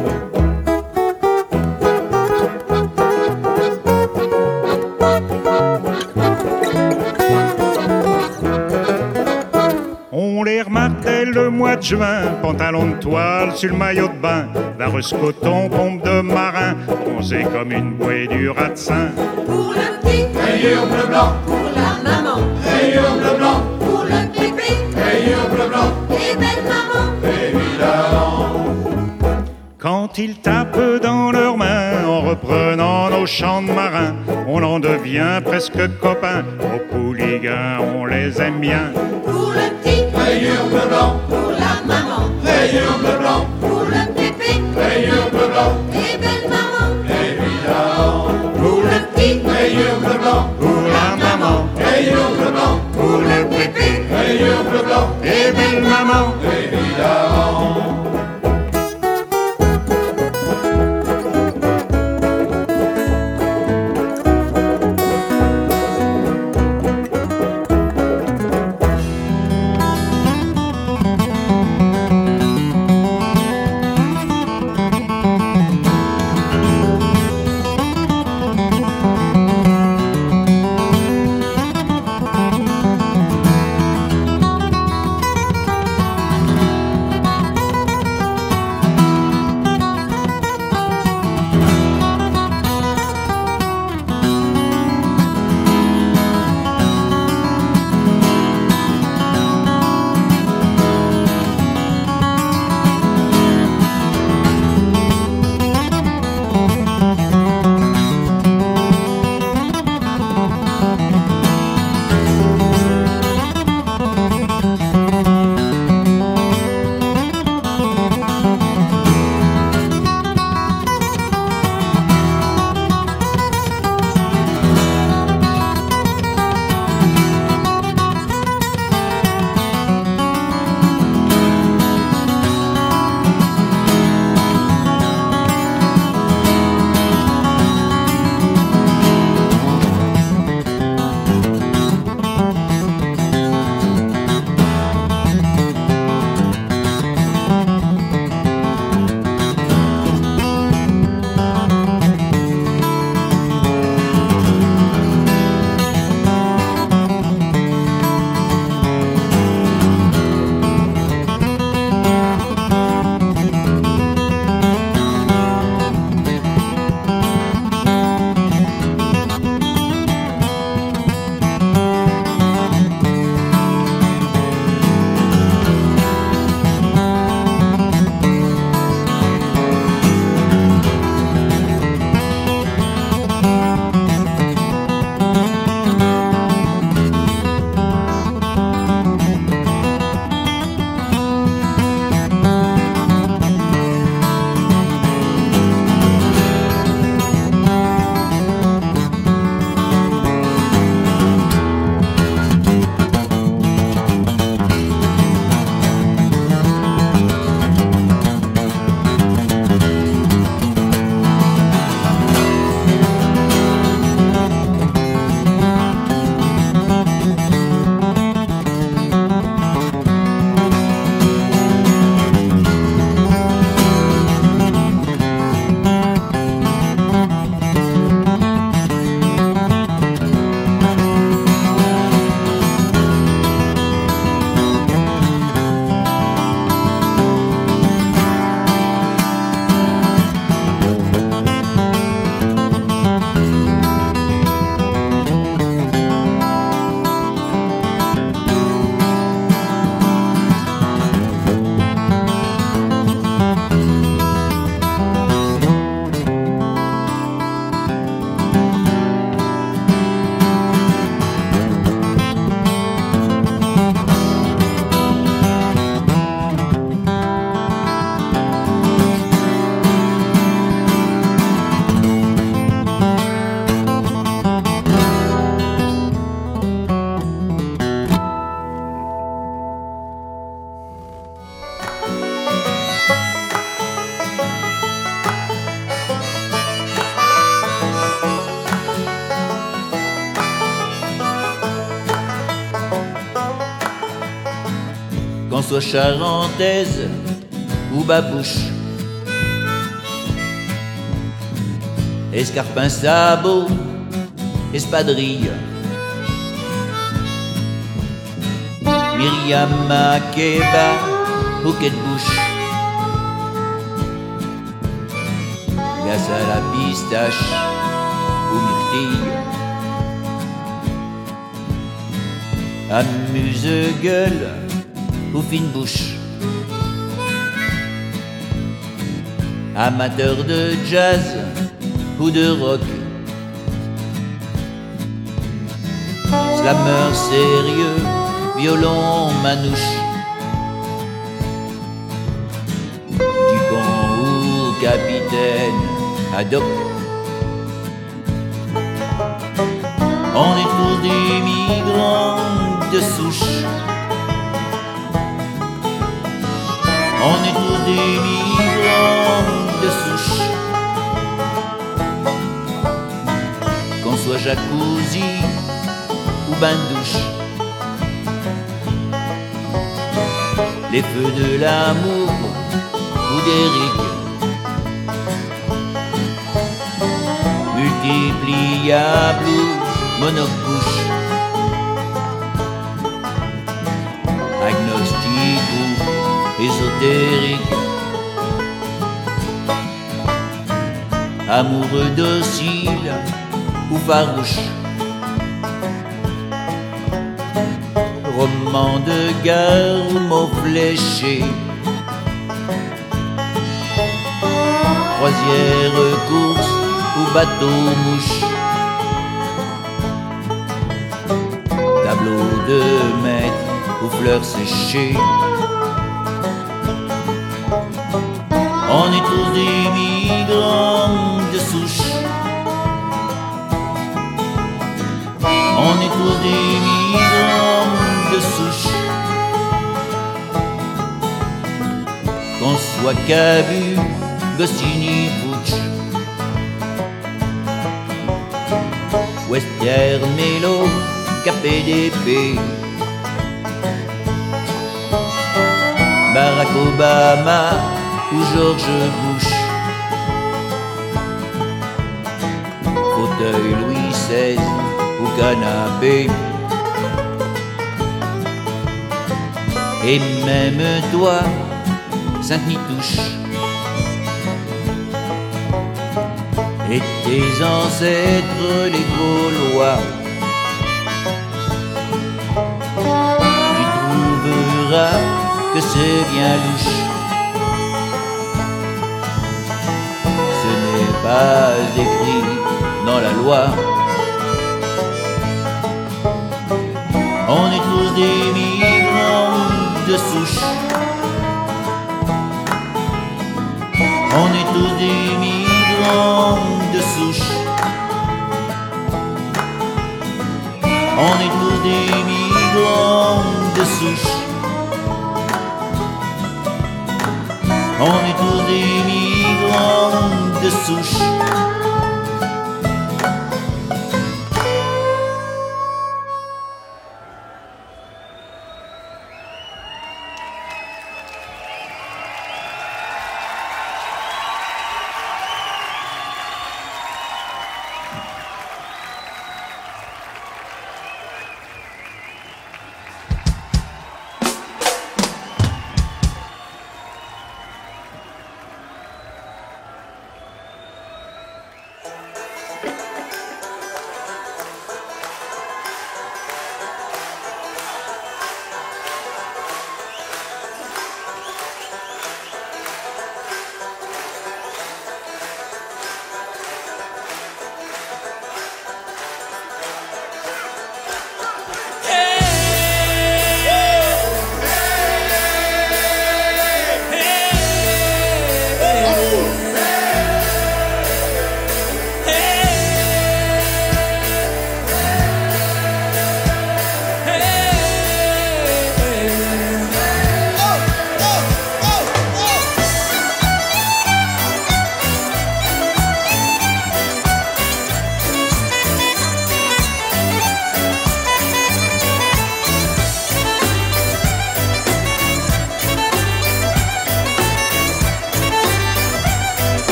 On les remarque dès le mois de juin, pantalon de toile sur le maillot de bain, vareuse coton, pompe de marin, bronzé comme une bouée du Ratsin. Pour le petit, rayure bleu blanc. Pour la maman, rayure bleu blanc. Pour le bébé, rayure bleu blanc. Et belle maman, évidemment. Quand ils tapent dans leurs mains en reprenant nos chants de marins, on en devient presque copains. Aux Pouliguen, on les aime bien. Pour le petit, rayure bleu blanc. Pour la maman, rayure bleu blanc. Pour le bébé, rayure bleu blanc. Et belle maman, évidemment. Pour le petit, rayure bleu blanc. pour la maman, rayure bleu blanc. pour le bébé, rayure bleu blanc. et belle maman. évidemment. soit charentaise ou babouche, escarpin, sabot, espadrille, Myriam, Makeba ou quai de bouche, glace à la pistache ou myrtille, amuse-gueule ou fine bouche, amateur de jazz ou de rock, slameur sérieux, violon manouche, Dupont ou capitaine ad hoc. On est tous des migrants de souche, on est tous des migrants de souche, qu'on soit jacuzzi ou bain de douche, les feux de l'amour ou d'Éric, multipliable ou monocouche, agnostique ou ésotérique, amoureux docile ou farouche, roman de guerre ou mot fléché, croisière, course ou bateau mouche, tableau de maître ou fleurs séchées. On est tous des migrants de souche, on est tous des migrants de souche, qu'on soit Cabu, Goscinny, Butch, Western, Mélo, K P D P, Barack Obama ou George Bush, fauteuil Louis seize ou canapé, et même toi, Sainte-Nitouche, et tes ancêtres les Gaulois, tu trouveras que c'est bien louche. Ce n'est pas écrit dans la loi. On est tous des migrants de souche, on est tous des migrants de souche, on est tous des migrants de souche, on est tous des migrants de souche.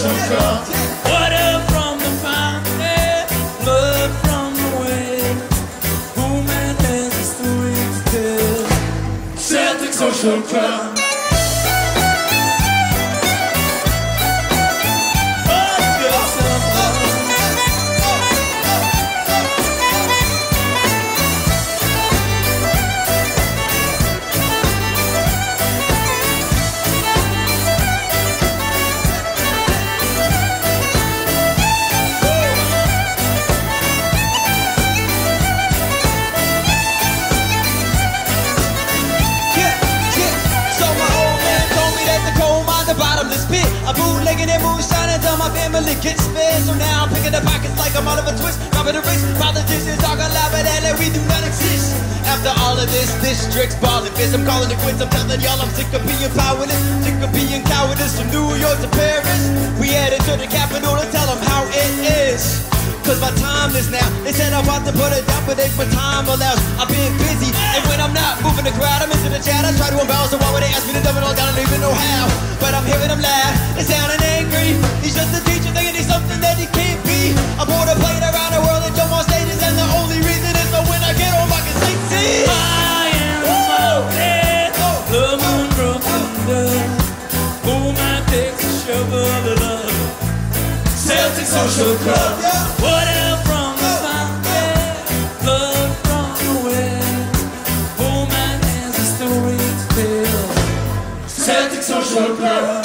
social club. Water from the fountain, blood from the well. Woman has a story to tell. Celtic Social Club. A bootlegging and moonshine until my family gets fed. So now I'm picking the pockets like I'm Oliver Twist. Robbing the rich, politicians talking loud, but L A we do not exist. After all of this, district's balling fist. I'm calling it quits, I'm telling y'all I'm sick of being powerless. Sick of being cowardice from New York to Paris. We headed to the capital to tell them how it is. Cause my time is now. They said I want to put it down, but if my time allows, I've been busy. And when I'm not moving the crowd, I'm into the chat. I try to embarrass, so why would they ask me to dumb it all down? I don't even know how. But I'm hearing them laugh, they sounding angry. He's just a teacher thinking he's something that he can't be. I bought a plane around the world and jump on stages, and the only reason is so when I get home I can sing, see. I am mountain, the moon broke under. Oh, my takes a shovel of love. Celtic Social Club. Water from the fountain, blood from the well. Oh, man has a story to tell. Celtic Social Club.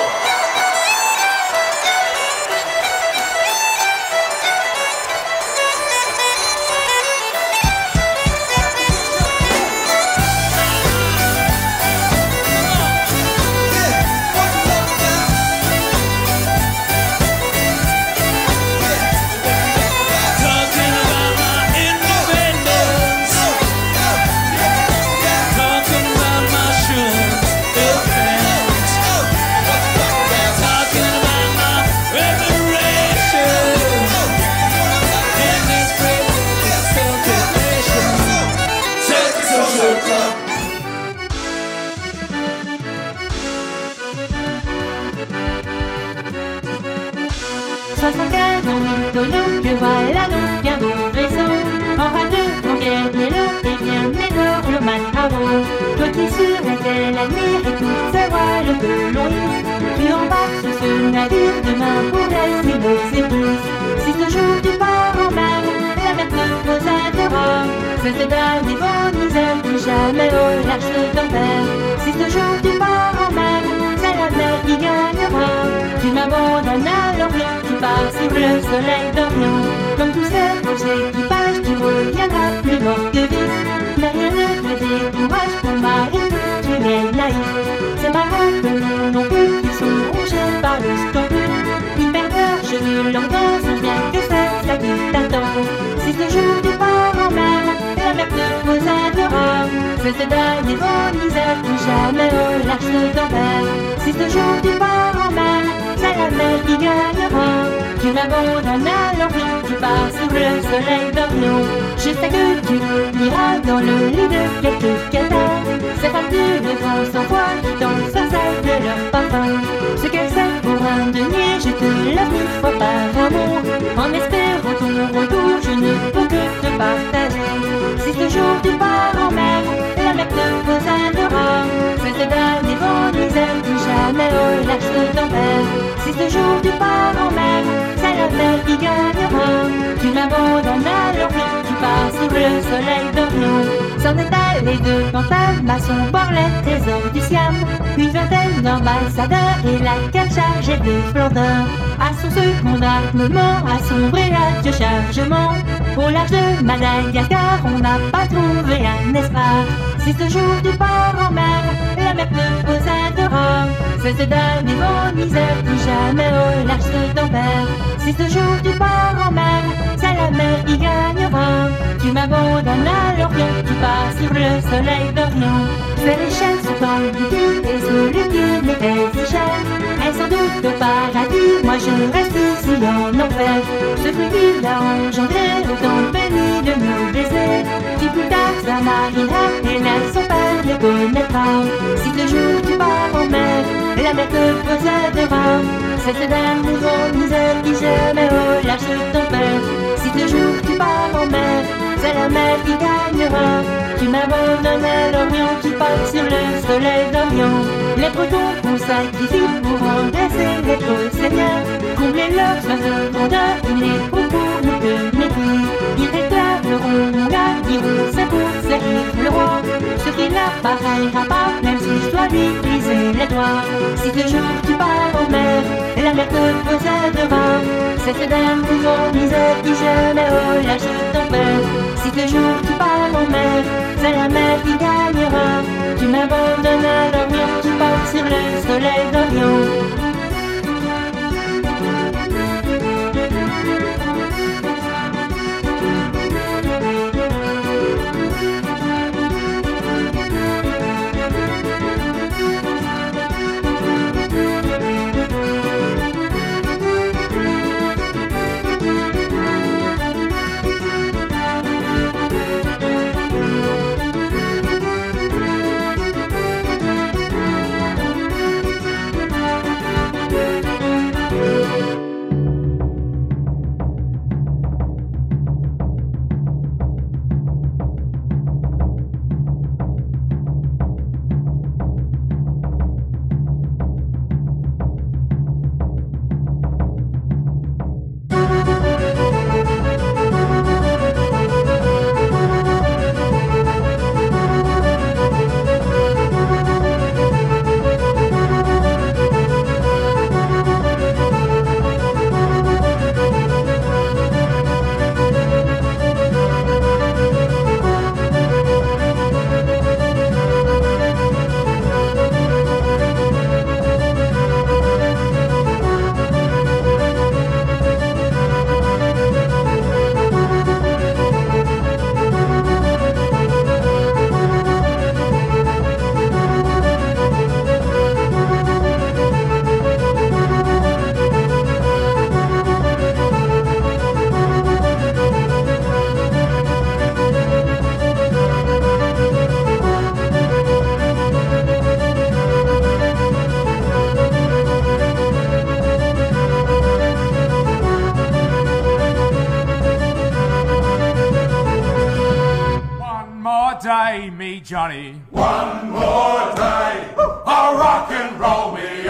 soixante-quinze ans mythono, que voilà donc bien beau vaisseau. En rade, mon guerrier-le, et bien ménorloman avant. Toi qui sur la telle admire et tout savoir le que l'on lit. Tu embarques sur ce navire demain pour la suite aux éblouisses. Si ce jour tu pars en mer, la mer te posera. C'est ce dernier vent nous aime plus jamais au large d'enfer. Si ce jour tu pars en mer, c'est la mer qui gagnera. Tu m'abandonnes à l'Orient, tu pars sur le soleil d'Orient. Comme tous ces beaux équipages, tu reviendras plus mort que vif. Mais rien ne te décourage pour Marie, tu es naïf. C'est marrant que nous non plus, ils sont rongés par le scandule. Une perdeur, je l'entends, sont bien que c'est ça qui t'attend. Si ce jour tu pars en mer, la mer te posera. C'est ce dernier vent misère, plus jamais au large d'enfer. Si ce jour tu pars en mer, c'est la mer qui gagnera. Tu m'abandonnes à l'Orient, tu pars sur le soleil d'Orient. Je sais que tu oublieras dans le lit de quelques cadavres ces femmes de grand sang-froid qui dansent à celle de leur parfum. Ce qu'elles savent pour un denier, je te l'offre mille fois par amour. En espérant ton retour, je ne peux que te partager. Si ce jour tu pars en mer, la mer te posera. C'est ce dernier vent nous aime plus jamais au large d'enfer. Si ce jour tu pars en mer, c'est la mer qui gagnera. Tu m'abandonnes à l'Orient, tu pars sur le soleil d'Orient. S'en est allé de Paname à son port les trésors du Siam. Une vingtaine d'ambassadeurs et la cale chargée de splendeur. À son second armement, à son brigade chargement. Au large de Madagascar, on n'a pas trouvé un espoir. Si ce jour tu pars en mer, la mer te possédera. C'est ce dernier vent misère, plus jamais au large d'enfer. Si ce jour tu pars en mer, c'est la mer qui gagnera. Tu m'abandonnes à l'Orient, tu pars sur le soleil d'Orient. C'est les chaînes sont amplifiées et celui qui n'était si cher est sans doute au paradis, moi je reste ici en enfer. Ce fruit qui l'a engendré, autant béni de nos baisers. Puis plus tard ça m'arrivera et là son père les connaîtra. Si ce jour tu pars en mer, la mer te possédera. C'est C'est ce dame de grande misère qui jamais relâche ton père. Si toujours tu pars en mer, c'est la mer qui gagnera. Tu m'abandonnes à l'Orient, tu pars sur le soleil d'Orient. Les protons qu'on sacrifie pour engraisser les faux seigneurs, combler leurs soif de grandeur, unis au pour nous de mépris. Ils réclameront mon gars, diront c'est pour servir le roi. Ce qui n'appareillera pas, même si je dois lui briser les doigts. Si toujours tu pars en mer, la mer te possédera. C'est ce dame de grande misère qui jamais relâche ton père. Si toujours tu pars en mer, c'est la mer qui gagnera. Tu m'abandonnes à l'Orient, tu pars sur le soleil d'Orient. day, me Johnny. One more day, I'll rock and roll me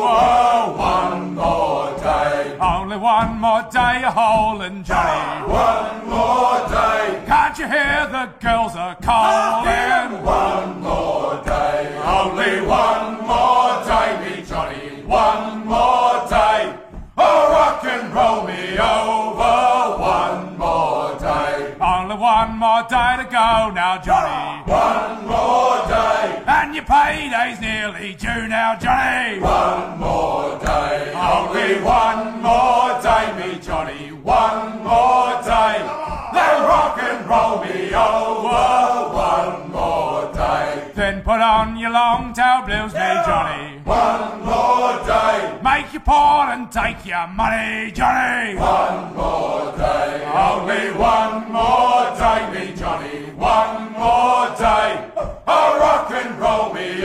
over. One more day, only one more day, hauling Johnny. One more day, can't you hear the girls are calling? One more day, only one more day, me Johnny. One more day, oh rock and roll me over. One more day, only one more day to go now, Johnny. One more day, and your payday's nearly due now, Johnny. One more day, only one more day, me Johnny. One more day, then rock and roll me over. One more day, then put on your long tail blues, me Johnny. One more day, make your port and take your money, Johnny. One more day, only one more day, me Johnny. One more day, oh rock and roll me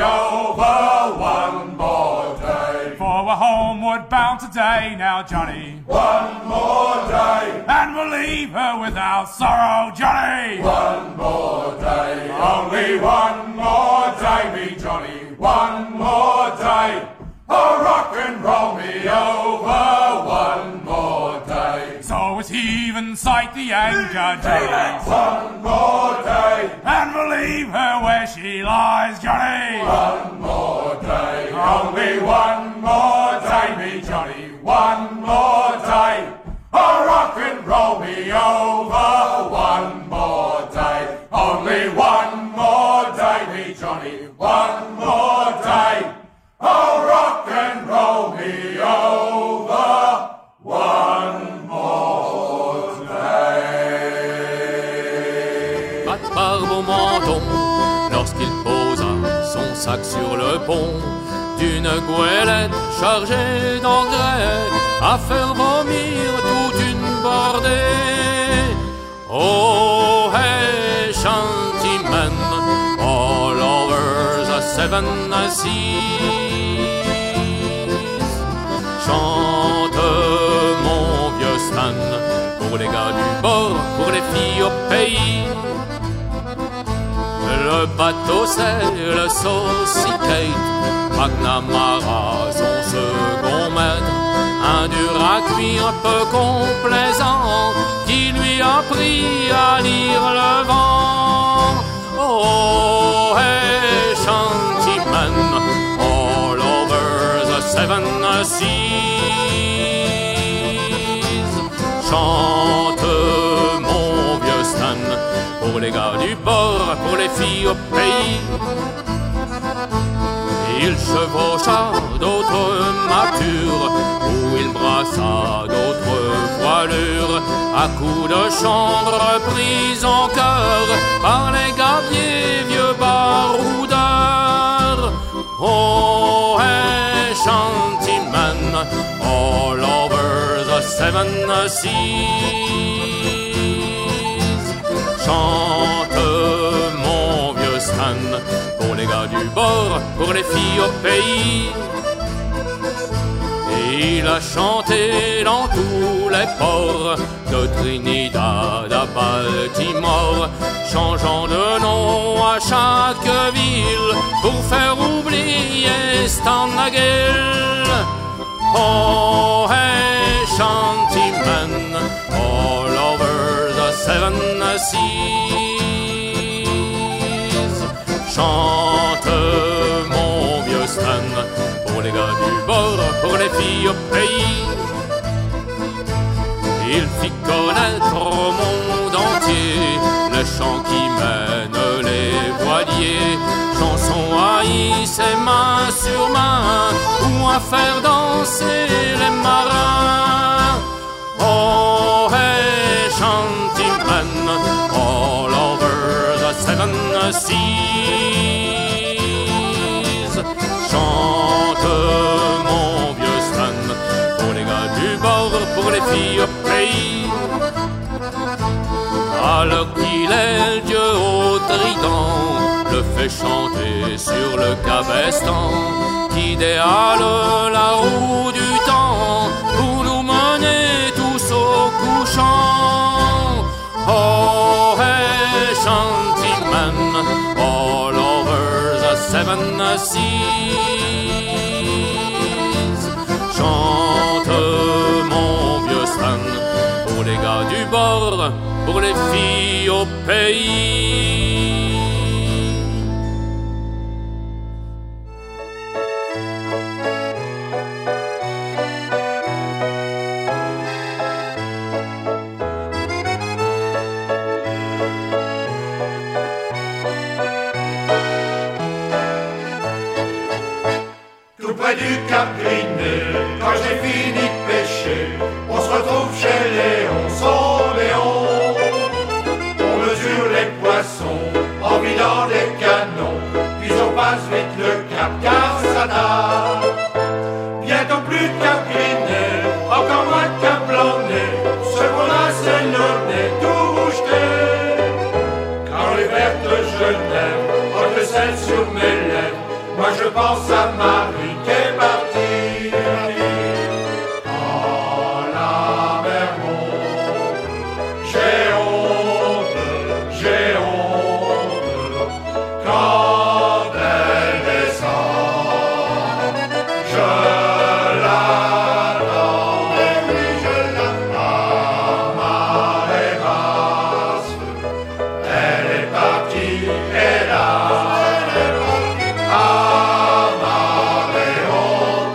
over. One more day, for we're homeward bound today now, Johnny. One more day, and we'll leave her without sorrow, Johnny. One more day, only one more day, me Johnny. One more day, oh rock and roll me over. One more day, so it's heaving sight the anchor, Johnny. One more day, and we'll leave her where she lies, Johnny. One more day, only one more day, me Johnny. One more day, oh rock and roll me over. One more day, only one more day, me Johnny. One more day, oh rock and roll me over. One more day. Bat barbe au menton lorsqu'il posa son sac sur le pont d'une goélette chargée d'engrais à faire vomir toute une bordée. Oh hey shantymen all over the seven seas, chant les filles au pays. Le bateau c'est le Saucy Kate, McNamara son second maître, un dur à cuire peu complaisant qui lui a appris à lire le vent. Oh, hey, shantyman, all over the seven seas. Chante mon vieux Stan, pour les gars du bord, pour les filles au pays. Il chevaucha d'autres matures, où il brassa d'autres voilures, à coups de chambre pris en cœur par les gabiers vieux baroudeurs. Oh, hey, shantyman, all over the seven seas. Chante mon vieux Stan, pour les gars du bord, pour les filles au pays. Et il a chanté dans tous les ports, de Trinidad à Baltimore, changeant de nom à chaque ville pour faire oublier Stan McGill. Oh, hey, shantyman, all over the seven seas. Chante mon vieux Stan, pour les gars du bord, pour les filles au pays. Il fit connaître au monde entier le chant qui mène les voiliers, chanson à hisser main sur main ou à faire danser les marins. Oh, hey, shantyman, all over the seven seas. Chante mon vieux Stan, pour les gars du bord, pour les filles au pays. Alors qu'il est Dieu au trident, le fait chanter sur le cabestan, qui déhale la roue du temps pour nous mener tous au couchant. Oh, hey, shantyman, all over the seven seas. Chante mon vieux Stan, pour les gars du bord, pour les filles au pays. Tout près du Cap Griné, quand j'ai fini de pêcher, on se retrouve chez Léon, son Léon. On mesure les poissons en vidant des canons, puis on passe vite le cap car ça nage. Bientôt plus de Cap Griné, encore moins de Cap Blanc-Nez, ce qu'on a c'est le nez tout rougeté. Quand les vertes Genève ont le sel sur mes lèvres, moi je pense à Marie qui est partie. Oh la mer monte, j'ai honte, j'ai honte. Quand elle descend, je l'attends. Et oui, je l'attends. Ma rêvasse, elle est partie, hélas.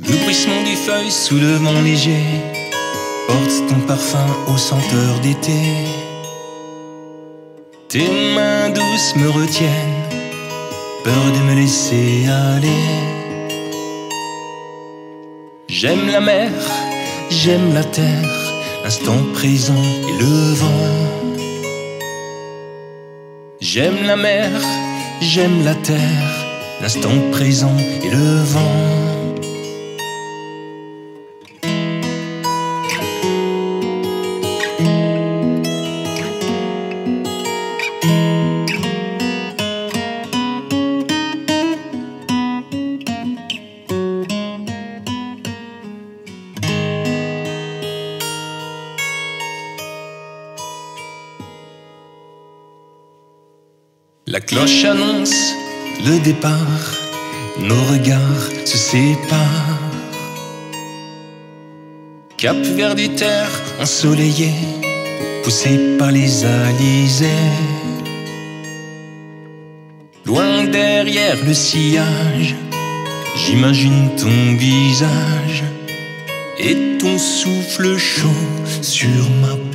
Le bruissement des feuilles sous le vent léger porte ton parfum aux senteurs d'été. Tes mains douces me retiennent, peur de me laisser aller. J'aime la mer, j'aime la terre, l'instant présent et le vent. J'aime la mer, j'aime la terre, l'instant présent et le vent. La cloche annonce le départ, nos regards se séparent. Cap vers des terres ensoleillées, poussées par les alizés. Loin derrière le sillage, j'imagine ton visage et ton souffle chaud sur ma peau.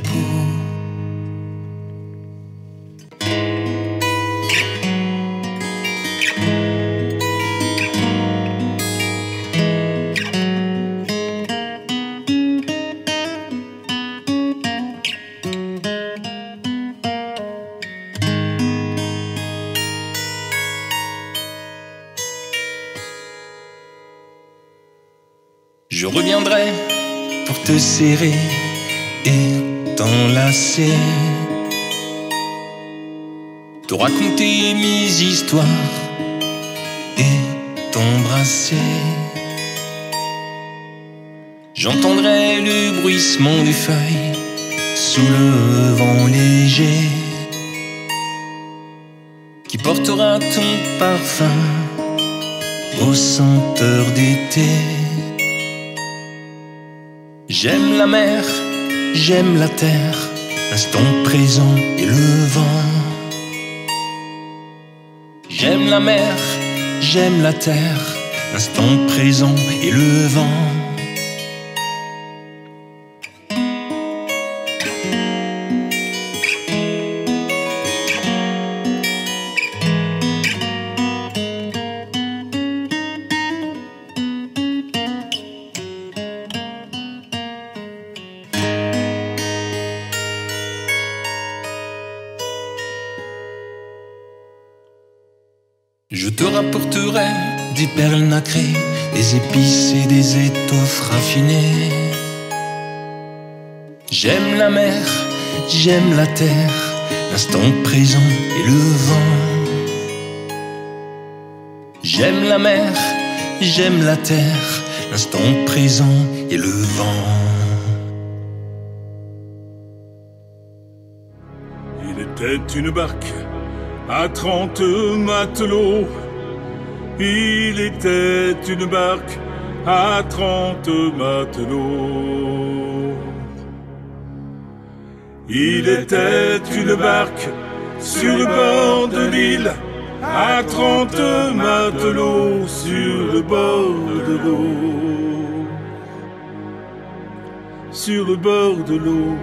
Je reviendrai pour te serrer et t'enlacer, te raconter mes histoires et t'embrasser. J'entendrai le bruissement des feuilles sous le vent léger qui portera ton parfum aux senteurs d'été. J'aime la mer, j'aime la terre, l'instant présent et le vent. J'aime la mer, j'aime la terre, l'instant présent et le vent. Je te rapporterai des perles nacrées, des épices et des étoffes raffinées. J'aime la mer, j'aime la terre, l'instant présent et le vent. J'aime la mer, j'aime la terre, l'instant présent et le vent. Il était une barque à trente matelots. Il était une barque à trente matelots. Il était une barque sur le bord de l'île à trente matelots sur le bord de l'eau. Sur le bord de l'eau.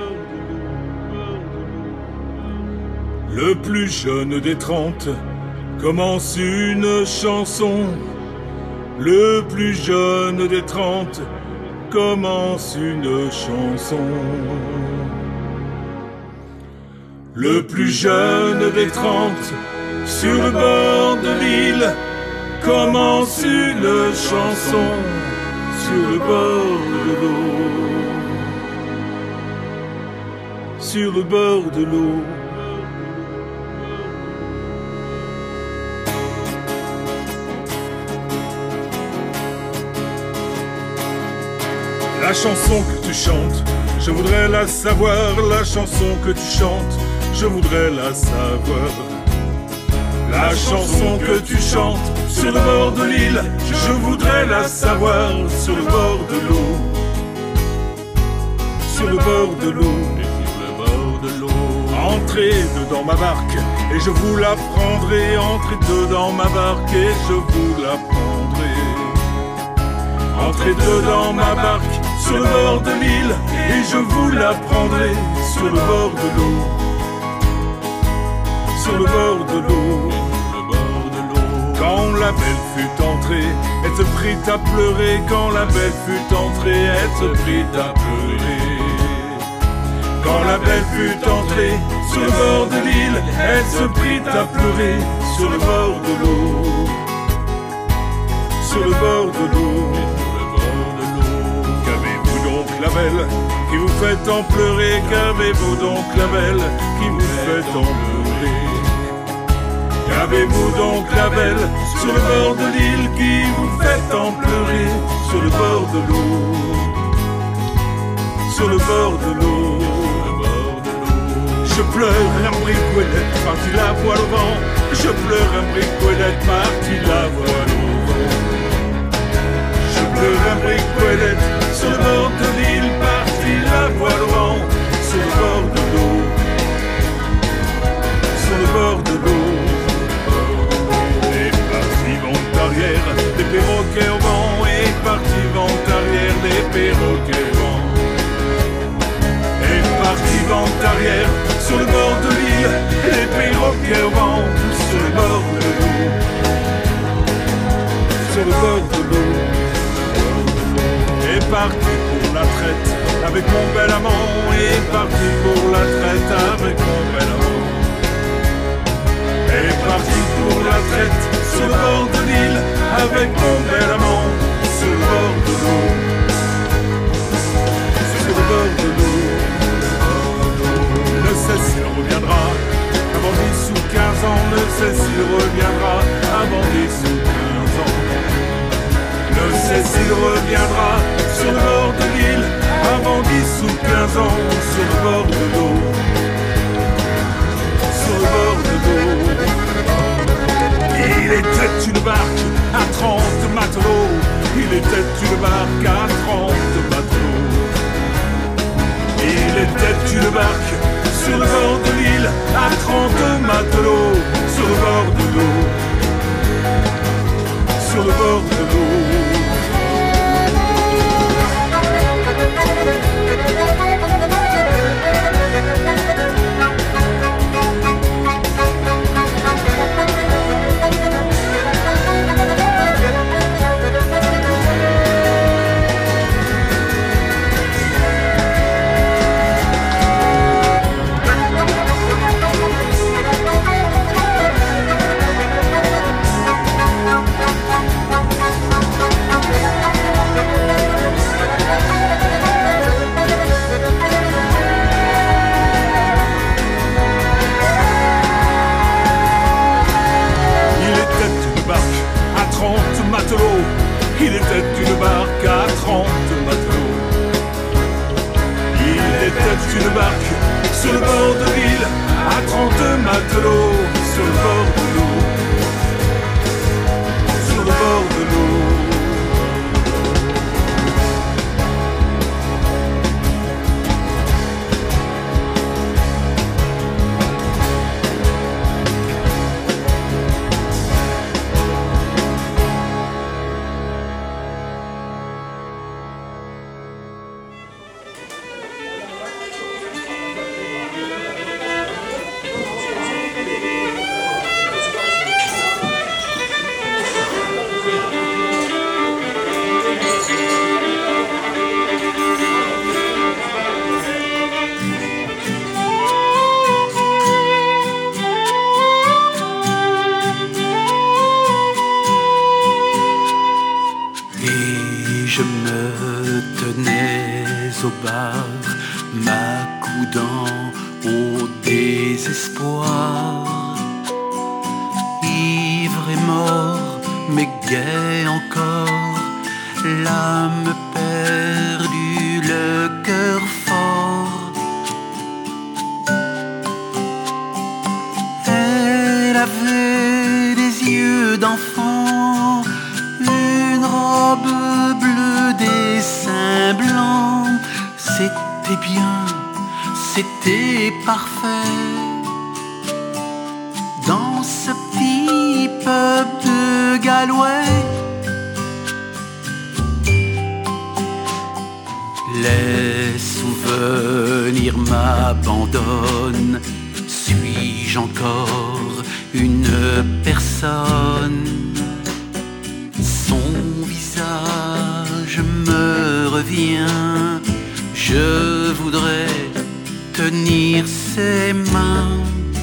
Le plus jeune des trente commence une chanson. Le plus jeune des trente commence une chanson. Le plus jeune des trente sur le bord de l'île commence une chanson sur le bord de l'eau. Sur le bord de l'eau. La chanson que tu chantes, je voudrais la savoir. La chanson que tu chantes, je voudrais la savoir. La chanson que tu chantes sur le bord de l'île, je voudrais la savoir. Sur le bord de l'eau. Sur le bord de l'eau. Sur le bord de l'eau. Entrez dedans ma barque et je vous la prendrai. Entrez dedans ma barque et je vous la prendrai. Entrez dedans ma barque sur le bord de l'île et je vous la prendrai sur le bord de l'eau. Sur le bord de l'eau. Quand la belle fut entrée, elle se prit à pleurer. Quand la belle fut entrée, elle se prit à pleurer. Quand la belle fut entrée sur le bord de l'île, elle se prit à pleurer sur le bord de l'eau. Sur le bord de l'eau. Qu'avez-vous donc la belle qui vous fait en pleurer? Qu'avez-vous donc la belle qui vous fait en pleurer? Qu'avez-vous donc la belle sur le bord de l'île qui vous fait en pleurer? Sur le bord de l'eau. Sur le bord de l'eau. Je pleure un bricolette, parti la voile au vent. Je pleure un bricolette, parti la voile au vent. Je pleure un bricolette, sur le bord de l'île, parti la voile au vent. Sur le bord de l'eau. Sur le bord de l'eau. Les partis vont arrière, les perroquets au vent. Et partis vont arrière, les perroquets au vent. Et partis vont arrière, sur le bord de l'île, les perroquets au vent. Sur le bord de l'eau. Sur le bord de l'eau. Et parti pour la traite, avec mon bel amant. Et parti pour la traite, avec mon bel amant. Et parti pour la traite, sur le bord de l'île, avec mon bel amant. Sur le bord de l'eau. Sur le bord de l'eau. Ne sais s'il reviendra avant dix ou quinze ans. Ne sais s'il reviendra avant dix ou quinze ans. Ne sais s'il reviendra sur le bord de l'île avant dix ou quinze ans. Sur le bord de l'eau. Sur le bord de l'eau. Il était une barque à trente matelots. Il était une barque à trente matelots. Il était une barque sur le bord de l'île, à trente matelots, sur le bord de l'eau, sur le bord de l'eau. Il était une barque à trente matelots. Il était une barque sur le bord de l'île, à trente matelots, sur le bord de l'eau. Sur le bord de l'eau. au bar, m'accoudant au désespoir. Ivre et mort, mais gai encore, l'âme perdue, le cœur fort. Elle avait des yeux d'enfant, une robe bleue, des seins blancs. C'était bien, c'était parfait. Dans ce petit peuple de Galway, Les souvenirs m'abandonnent. Suis-je encore une personne? Son visage me revient. Je voudrais tenir ses mains,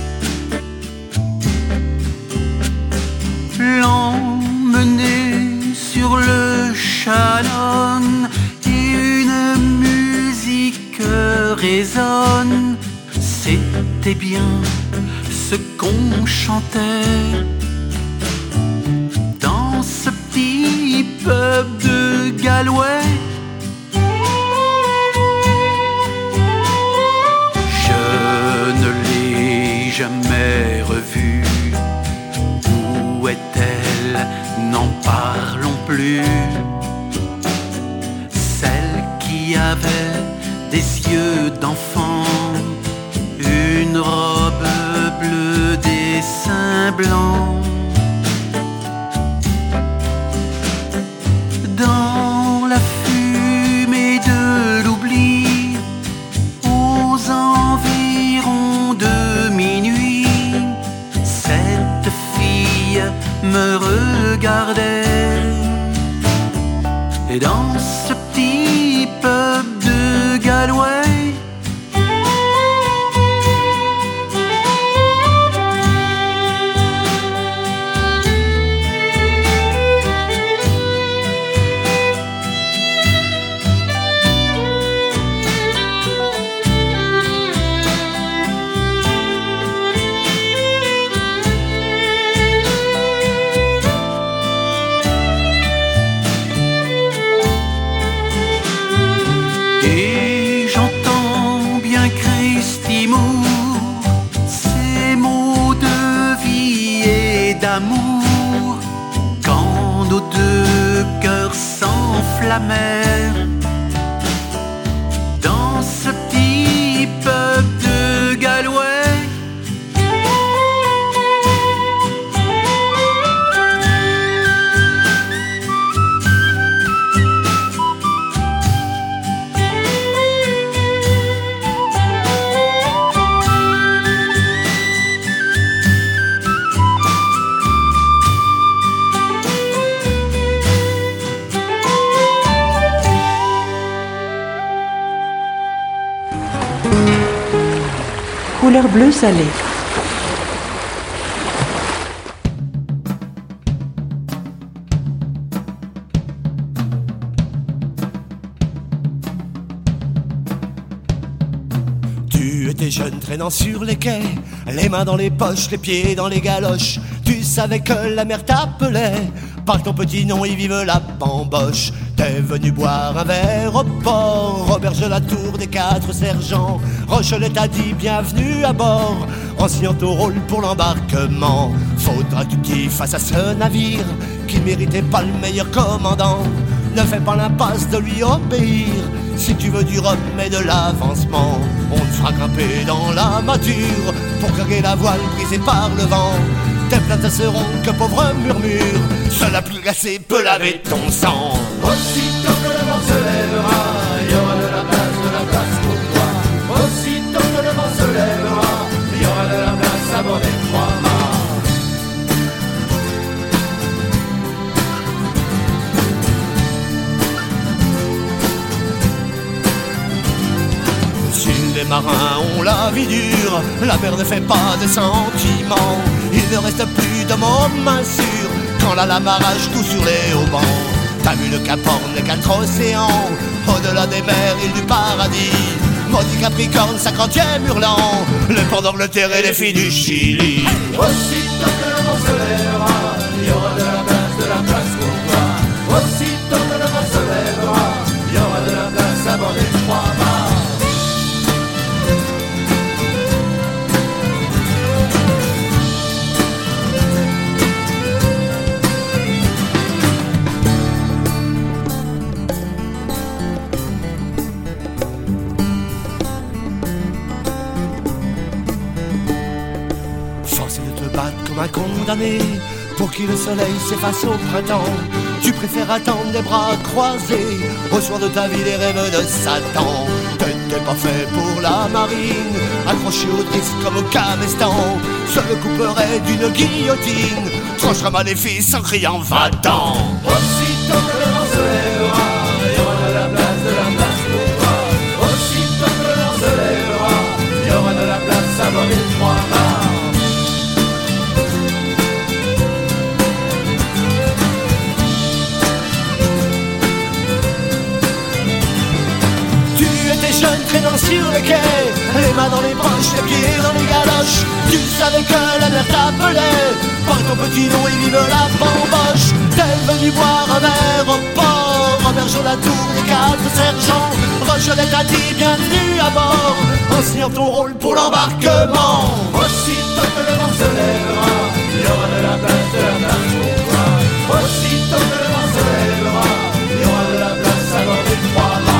l'emmener sur le Shannon, et une musique résonne. C'était bien ce qu'on chantait dans ce petit pub de Galway. Jamais revue. Où est-elle? N'en parlons plus. Celle qui avait des yeux d'enfant, une robe bleue, des seins blancs. Dans la fumée de l'oubli, aux environs de minuit, cette fille me regardait. Et dans ce petit pub de Galway, d'amour, quand nos deux cœurs s'enflammèrent dans ce petit pub de Galway. Couleur bleu salé. Tu étais jeune traînant sur les quais, les mains dans les poches, les pieds dans les galoches. Tu savais que la mer t'appelait par ton petit nom, y vive la bamboche. T'es venu boire un verre au port, auberge de la tour des quatre sergents. Rochelet t'a dit bienvenue à bord, en signant ton rôle pour l'embarquement. Faudra que tu fasses à ce navire, qui méritait pas le meilleur commandant. Ne fais pas l'impasse de lui obéir, si tu veux du rhum et de l'avancement. On te fera grimper dans la mâture, pour carguer la voile brisée par le vent. Tes plaintes seront que pauvre murmure, seul la plus glacée peut laver ton sang. Aussitôt que le vent se lèvera, il y aura de la place, de la place pour toi. Aussitôt que le vent se lèvera, il y aura de la place à bord des trois mâts. Si les marins ont la vie dure, la mer ne fait pas de sentiments. Il ne reste plus de mots main sûrs, quand la lame arrache tout sur les haubans. T'as vu le Cap Horn, les quatre océans, au-delà des mers, île du paradis. Maudit Capricorne, cinquantième hurlant, le port d'Angleterre et les filles du Chili. Aussitôt que le vent se lèvera, il y aura de la place, de la place pour toi. Aussitôt que le vent se lèvera, il y aura de la place à bord des trois mâts. Un condamné pour qui le soleil s'efface au printemps. Tu préfères attendre les bras croisés au soir de ta vie des rêves de Satan. T'étais pas fait pour la marine, accroché au disque comme au cabestan. Se le couperait d'une guillotine, trancherait maléfice en criant va-t'en. Aussitôt que le vent se lèvera, il y aura de la place, de la place pour toi. Aussitôt que le vent se lèvera, il y aura de la place à bord des trois mâts. Jeune traînant sur le quai, les mains dans les broches, les pieds dans les galoches. Tu savais que la mer t'appelait par ton petit nom et vive la bamboche. T'es venu boire un verre au port, en bergeant la tour des quatre sergents. Rochelet t'a dit bienvenue à bord, en signant ton rôle pour l'embarquement. Aussitôt que le vent se lèvera, il y aura de la place, de la place pour toi. Aussitôt que le vent se lèvera, il y aura de la place à bord des trois mâts.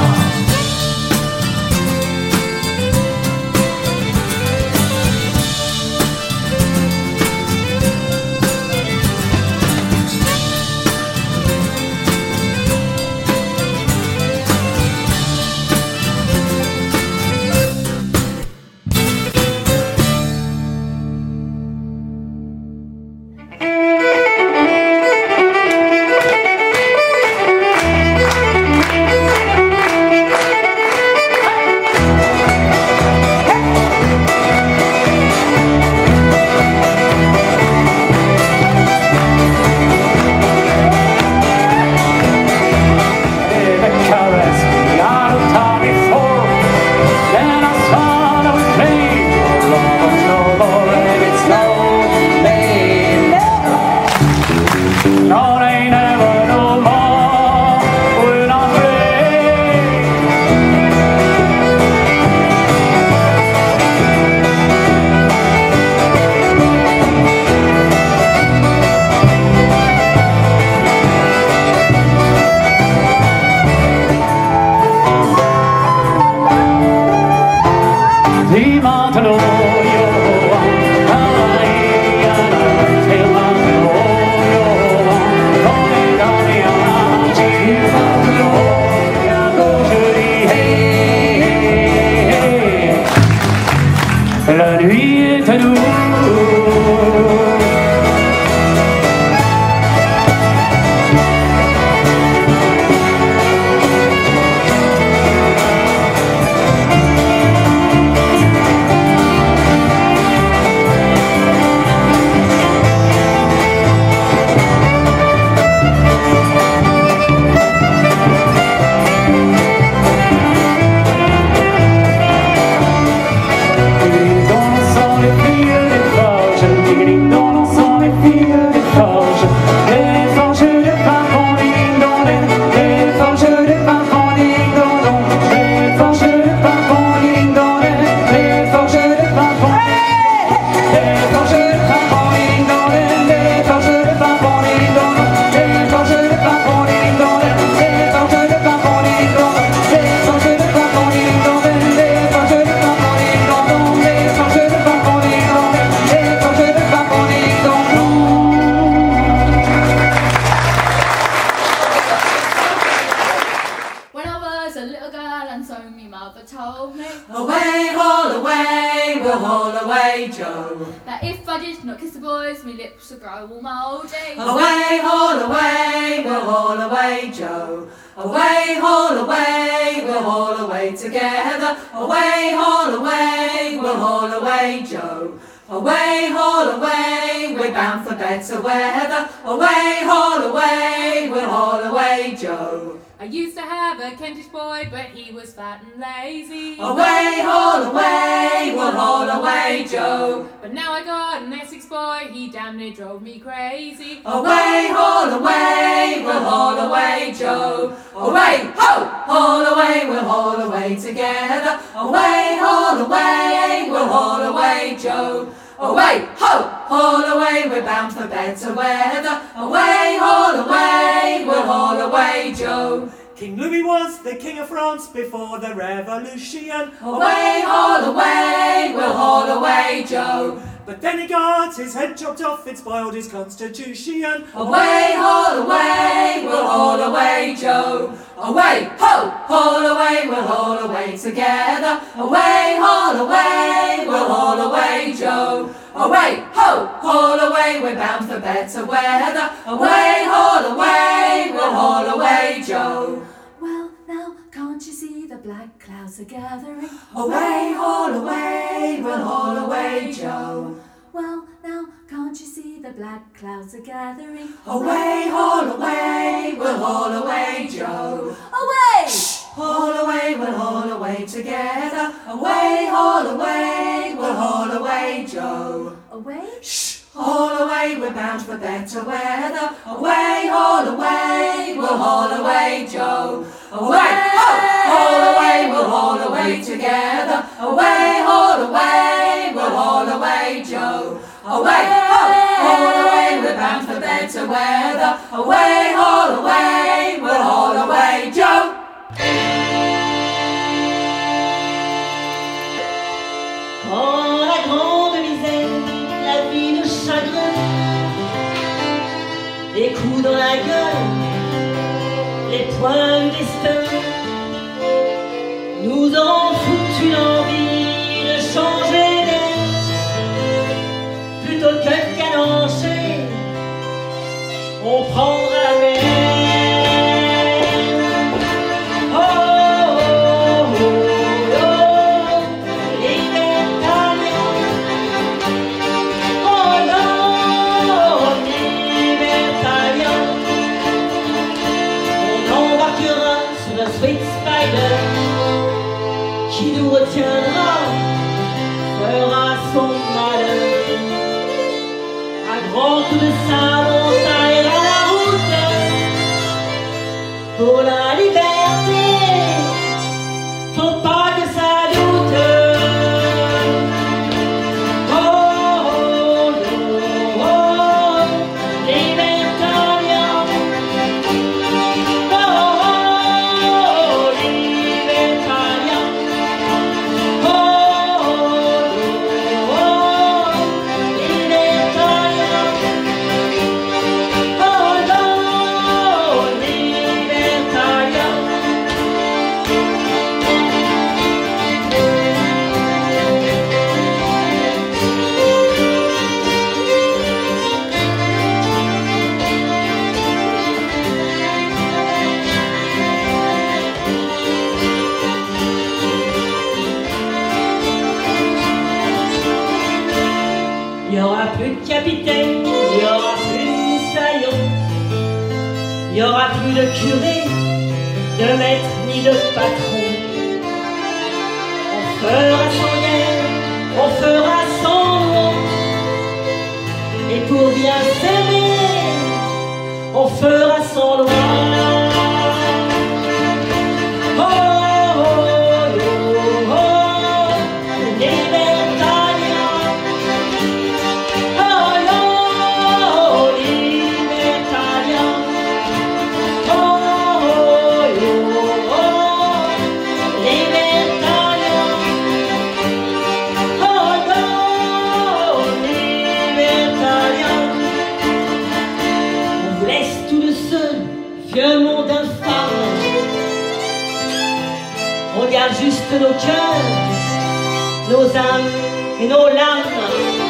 King Louis was the King of France before the Revolution. Away, haul away, we'll haul away, Joe. But then he got his head chopped off, it spoiled his constitution. Away, haul away, we'll haul away, Joe. Away, ho, haul away, we'll haul away together. Away, haul away, we'll haul away, Joe. Away, ho, haul away, we're bound for better weather. Away, haul away, we'll haul away, Joe. Well, now, can't you see the black clouds are gathering? Away, haul away, we'll haul away, Joe. Well, now, can't you see the black clouds are gathering? Away, haul away, we'll haul away, Joe. Away! Haul away, we'll haul away together. Away, haul away, we'll haul away, Joe. Away? Shh! Haul away, we're bound for better weather. Away, haul away, we'll haul away, Joe. Away, ho! Haul away, we'll haul away together. Away, haul away, we'll haul away, Joe. Away, ho! Haul away, we're bound for better weather. Away, haul away, we'll haul away, Joe. Quand la grande misère, la vie de chagrin, les coups dans la gueule, les poings du destin, nous aurons foutu l'envie de changer d'air, plutôt que de canoncher, on prendra la mer. Qui nous retiendra, fera son malheur. À grands coups de sabre, on taillera la route pour la liberté. Faut pas que ça doute. Oh, oh, oh, oh, libertariens. Oh, oh, libertariens. Oh, oh, oh, libertariens. Oh, non, libertariens. Il n'y aura plus de capitaine, il n'y aura plus de moussaillon, il n'y aura plus de curé, de maître ni de patron. On fera sans guerre, on fera sans nom, et pour bien s'aimer, on fera sans loi. Oh, oh, oh, oh, oh, libertariens. Oh, oh, libertariens. Oh, oh, oh, libertariens. Oh, non, libertariens. On vous laisse tous de seul, vieux monde infâme. On garde juste nos cœurs, nos âmes et nos lames.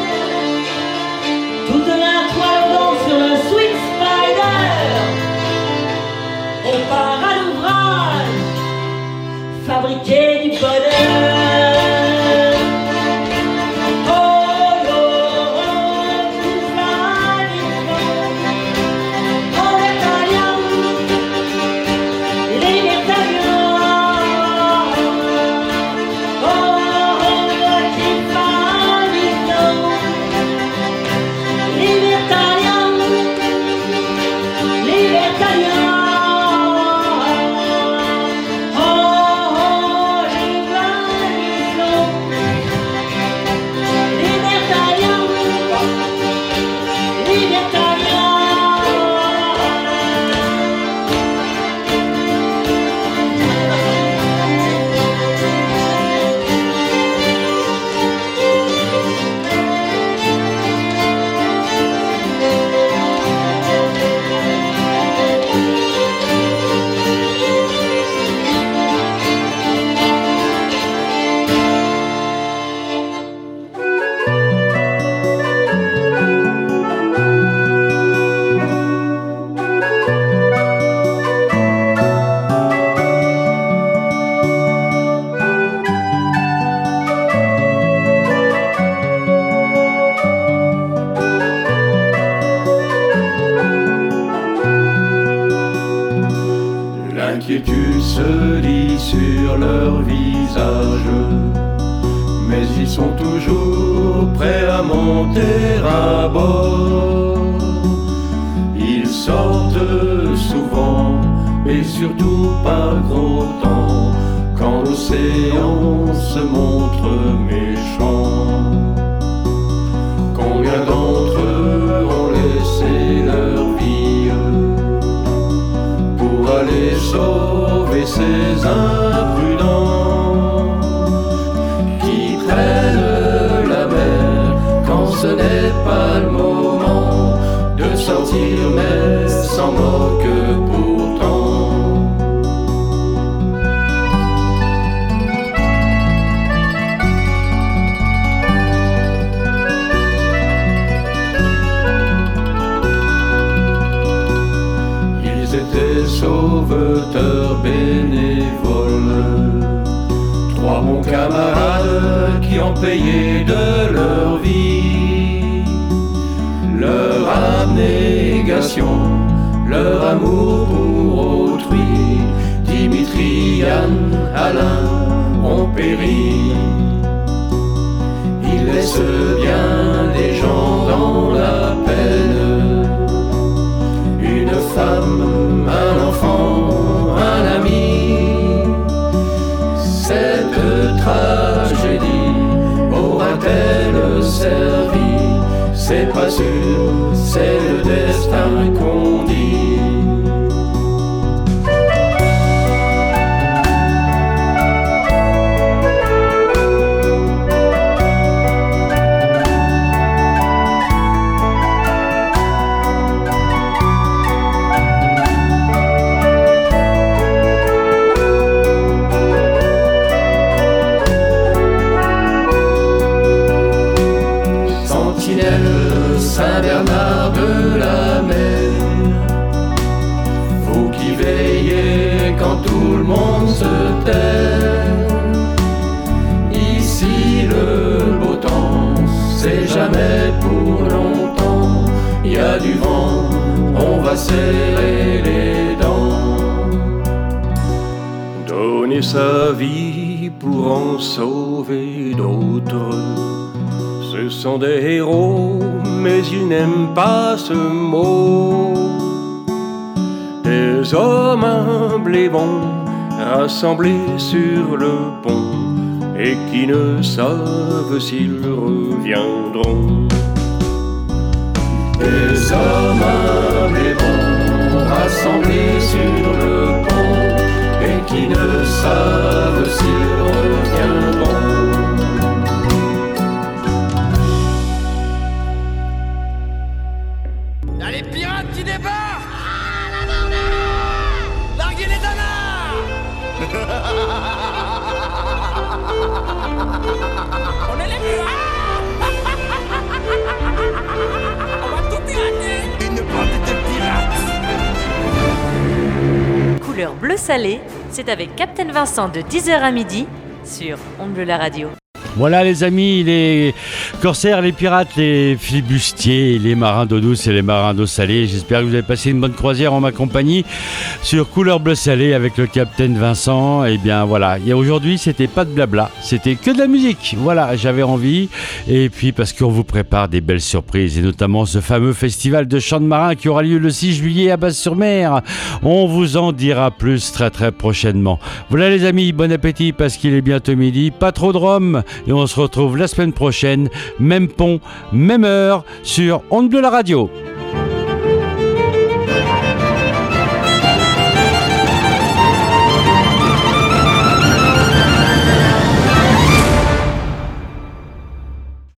Toute la toile au vent sur le Sweet Spider. On part à l'ouvrage, fabriquer du bonheur. Oh, oh, oh, oh, libertariens, libertariens. Oh, oh, qui parle du temps. Libertariens, libertariens. Oh, oh, libertariens. sur leur visage, mais ils sont toujours prêts à monter à bord. Ils sortent souvent, et surtout par gros temps, quand l'océan se montre méchant. Combien d'entre eux ont laissé leur vie pour aller sauver ces imprudents qui traînent la mer quand ce n'est pas le moment de sortir, mais s'en moquent pourtant. Ils étaient sauveteurs bénévoles, trois bons camarades qui ont payé de leur vie leur abnégation, leur amour pour autrui. Dimitri, Yann, Alain ont péri. Ils laissent bien des gens dans la peine, une femme, un enfant, un ami. Cette tragédie aura-t-elle servi? C'est pas sûr, c'est le destin qu'on dit. Saint-Bernard de la mer, vous qui veillez quand tout le monde se tait. Ici le beau temps, c'est jamais pour longtemps. Il y a du vent, on va serrer les dents. Donner sa vie pour en sauver d'autres, ce sont des héros, mais ils n'aiment pas ce mot. Des hommes humbles et bons, rassemblés sur le pont, et qui ne savent s'ils reviendront. Des hommes humbles et bons, rassemblés sur le pont, et qui ne savent s'ils reviendront. On est les pirates. On va tout pirater. Une bande de pirates. Couleur bleu salé, c'est avec Captain Vincent de dix heures à midi sur On Bleu la radio. Voilà les amis, les corsaires, les pirates, les flibustiers, les marins d'eau douce et les marins d'eau salée. J'espère que vous avez passé une bonne croisière en ma compagnie sur Couleur Bleu Salé avec le Capitaine Vincent. Et bien voilà, et aujourd'hui c'était pas de blabla, c'était que de la musique. Voilà, j'avais envie. Et puis parce qu'on vous prépare des belles surprises et notamment ce fameux festival de chant de marin qui aura lieu le six juillet à Basse-sur-Mer. On vous en dira plus très très prochainement. Voilà les amis, bon appétit parce qu'il est bientôt midi. Pas trop de rhum. Et on se retrouve la semaine prochaine, même pont, même heure, sur On Bleu la radio.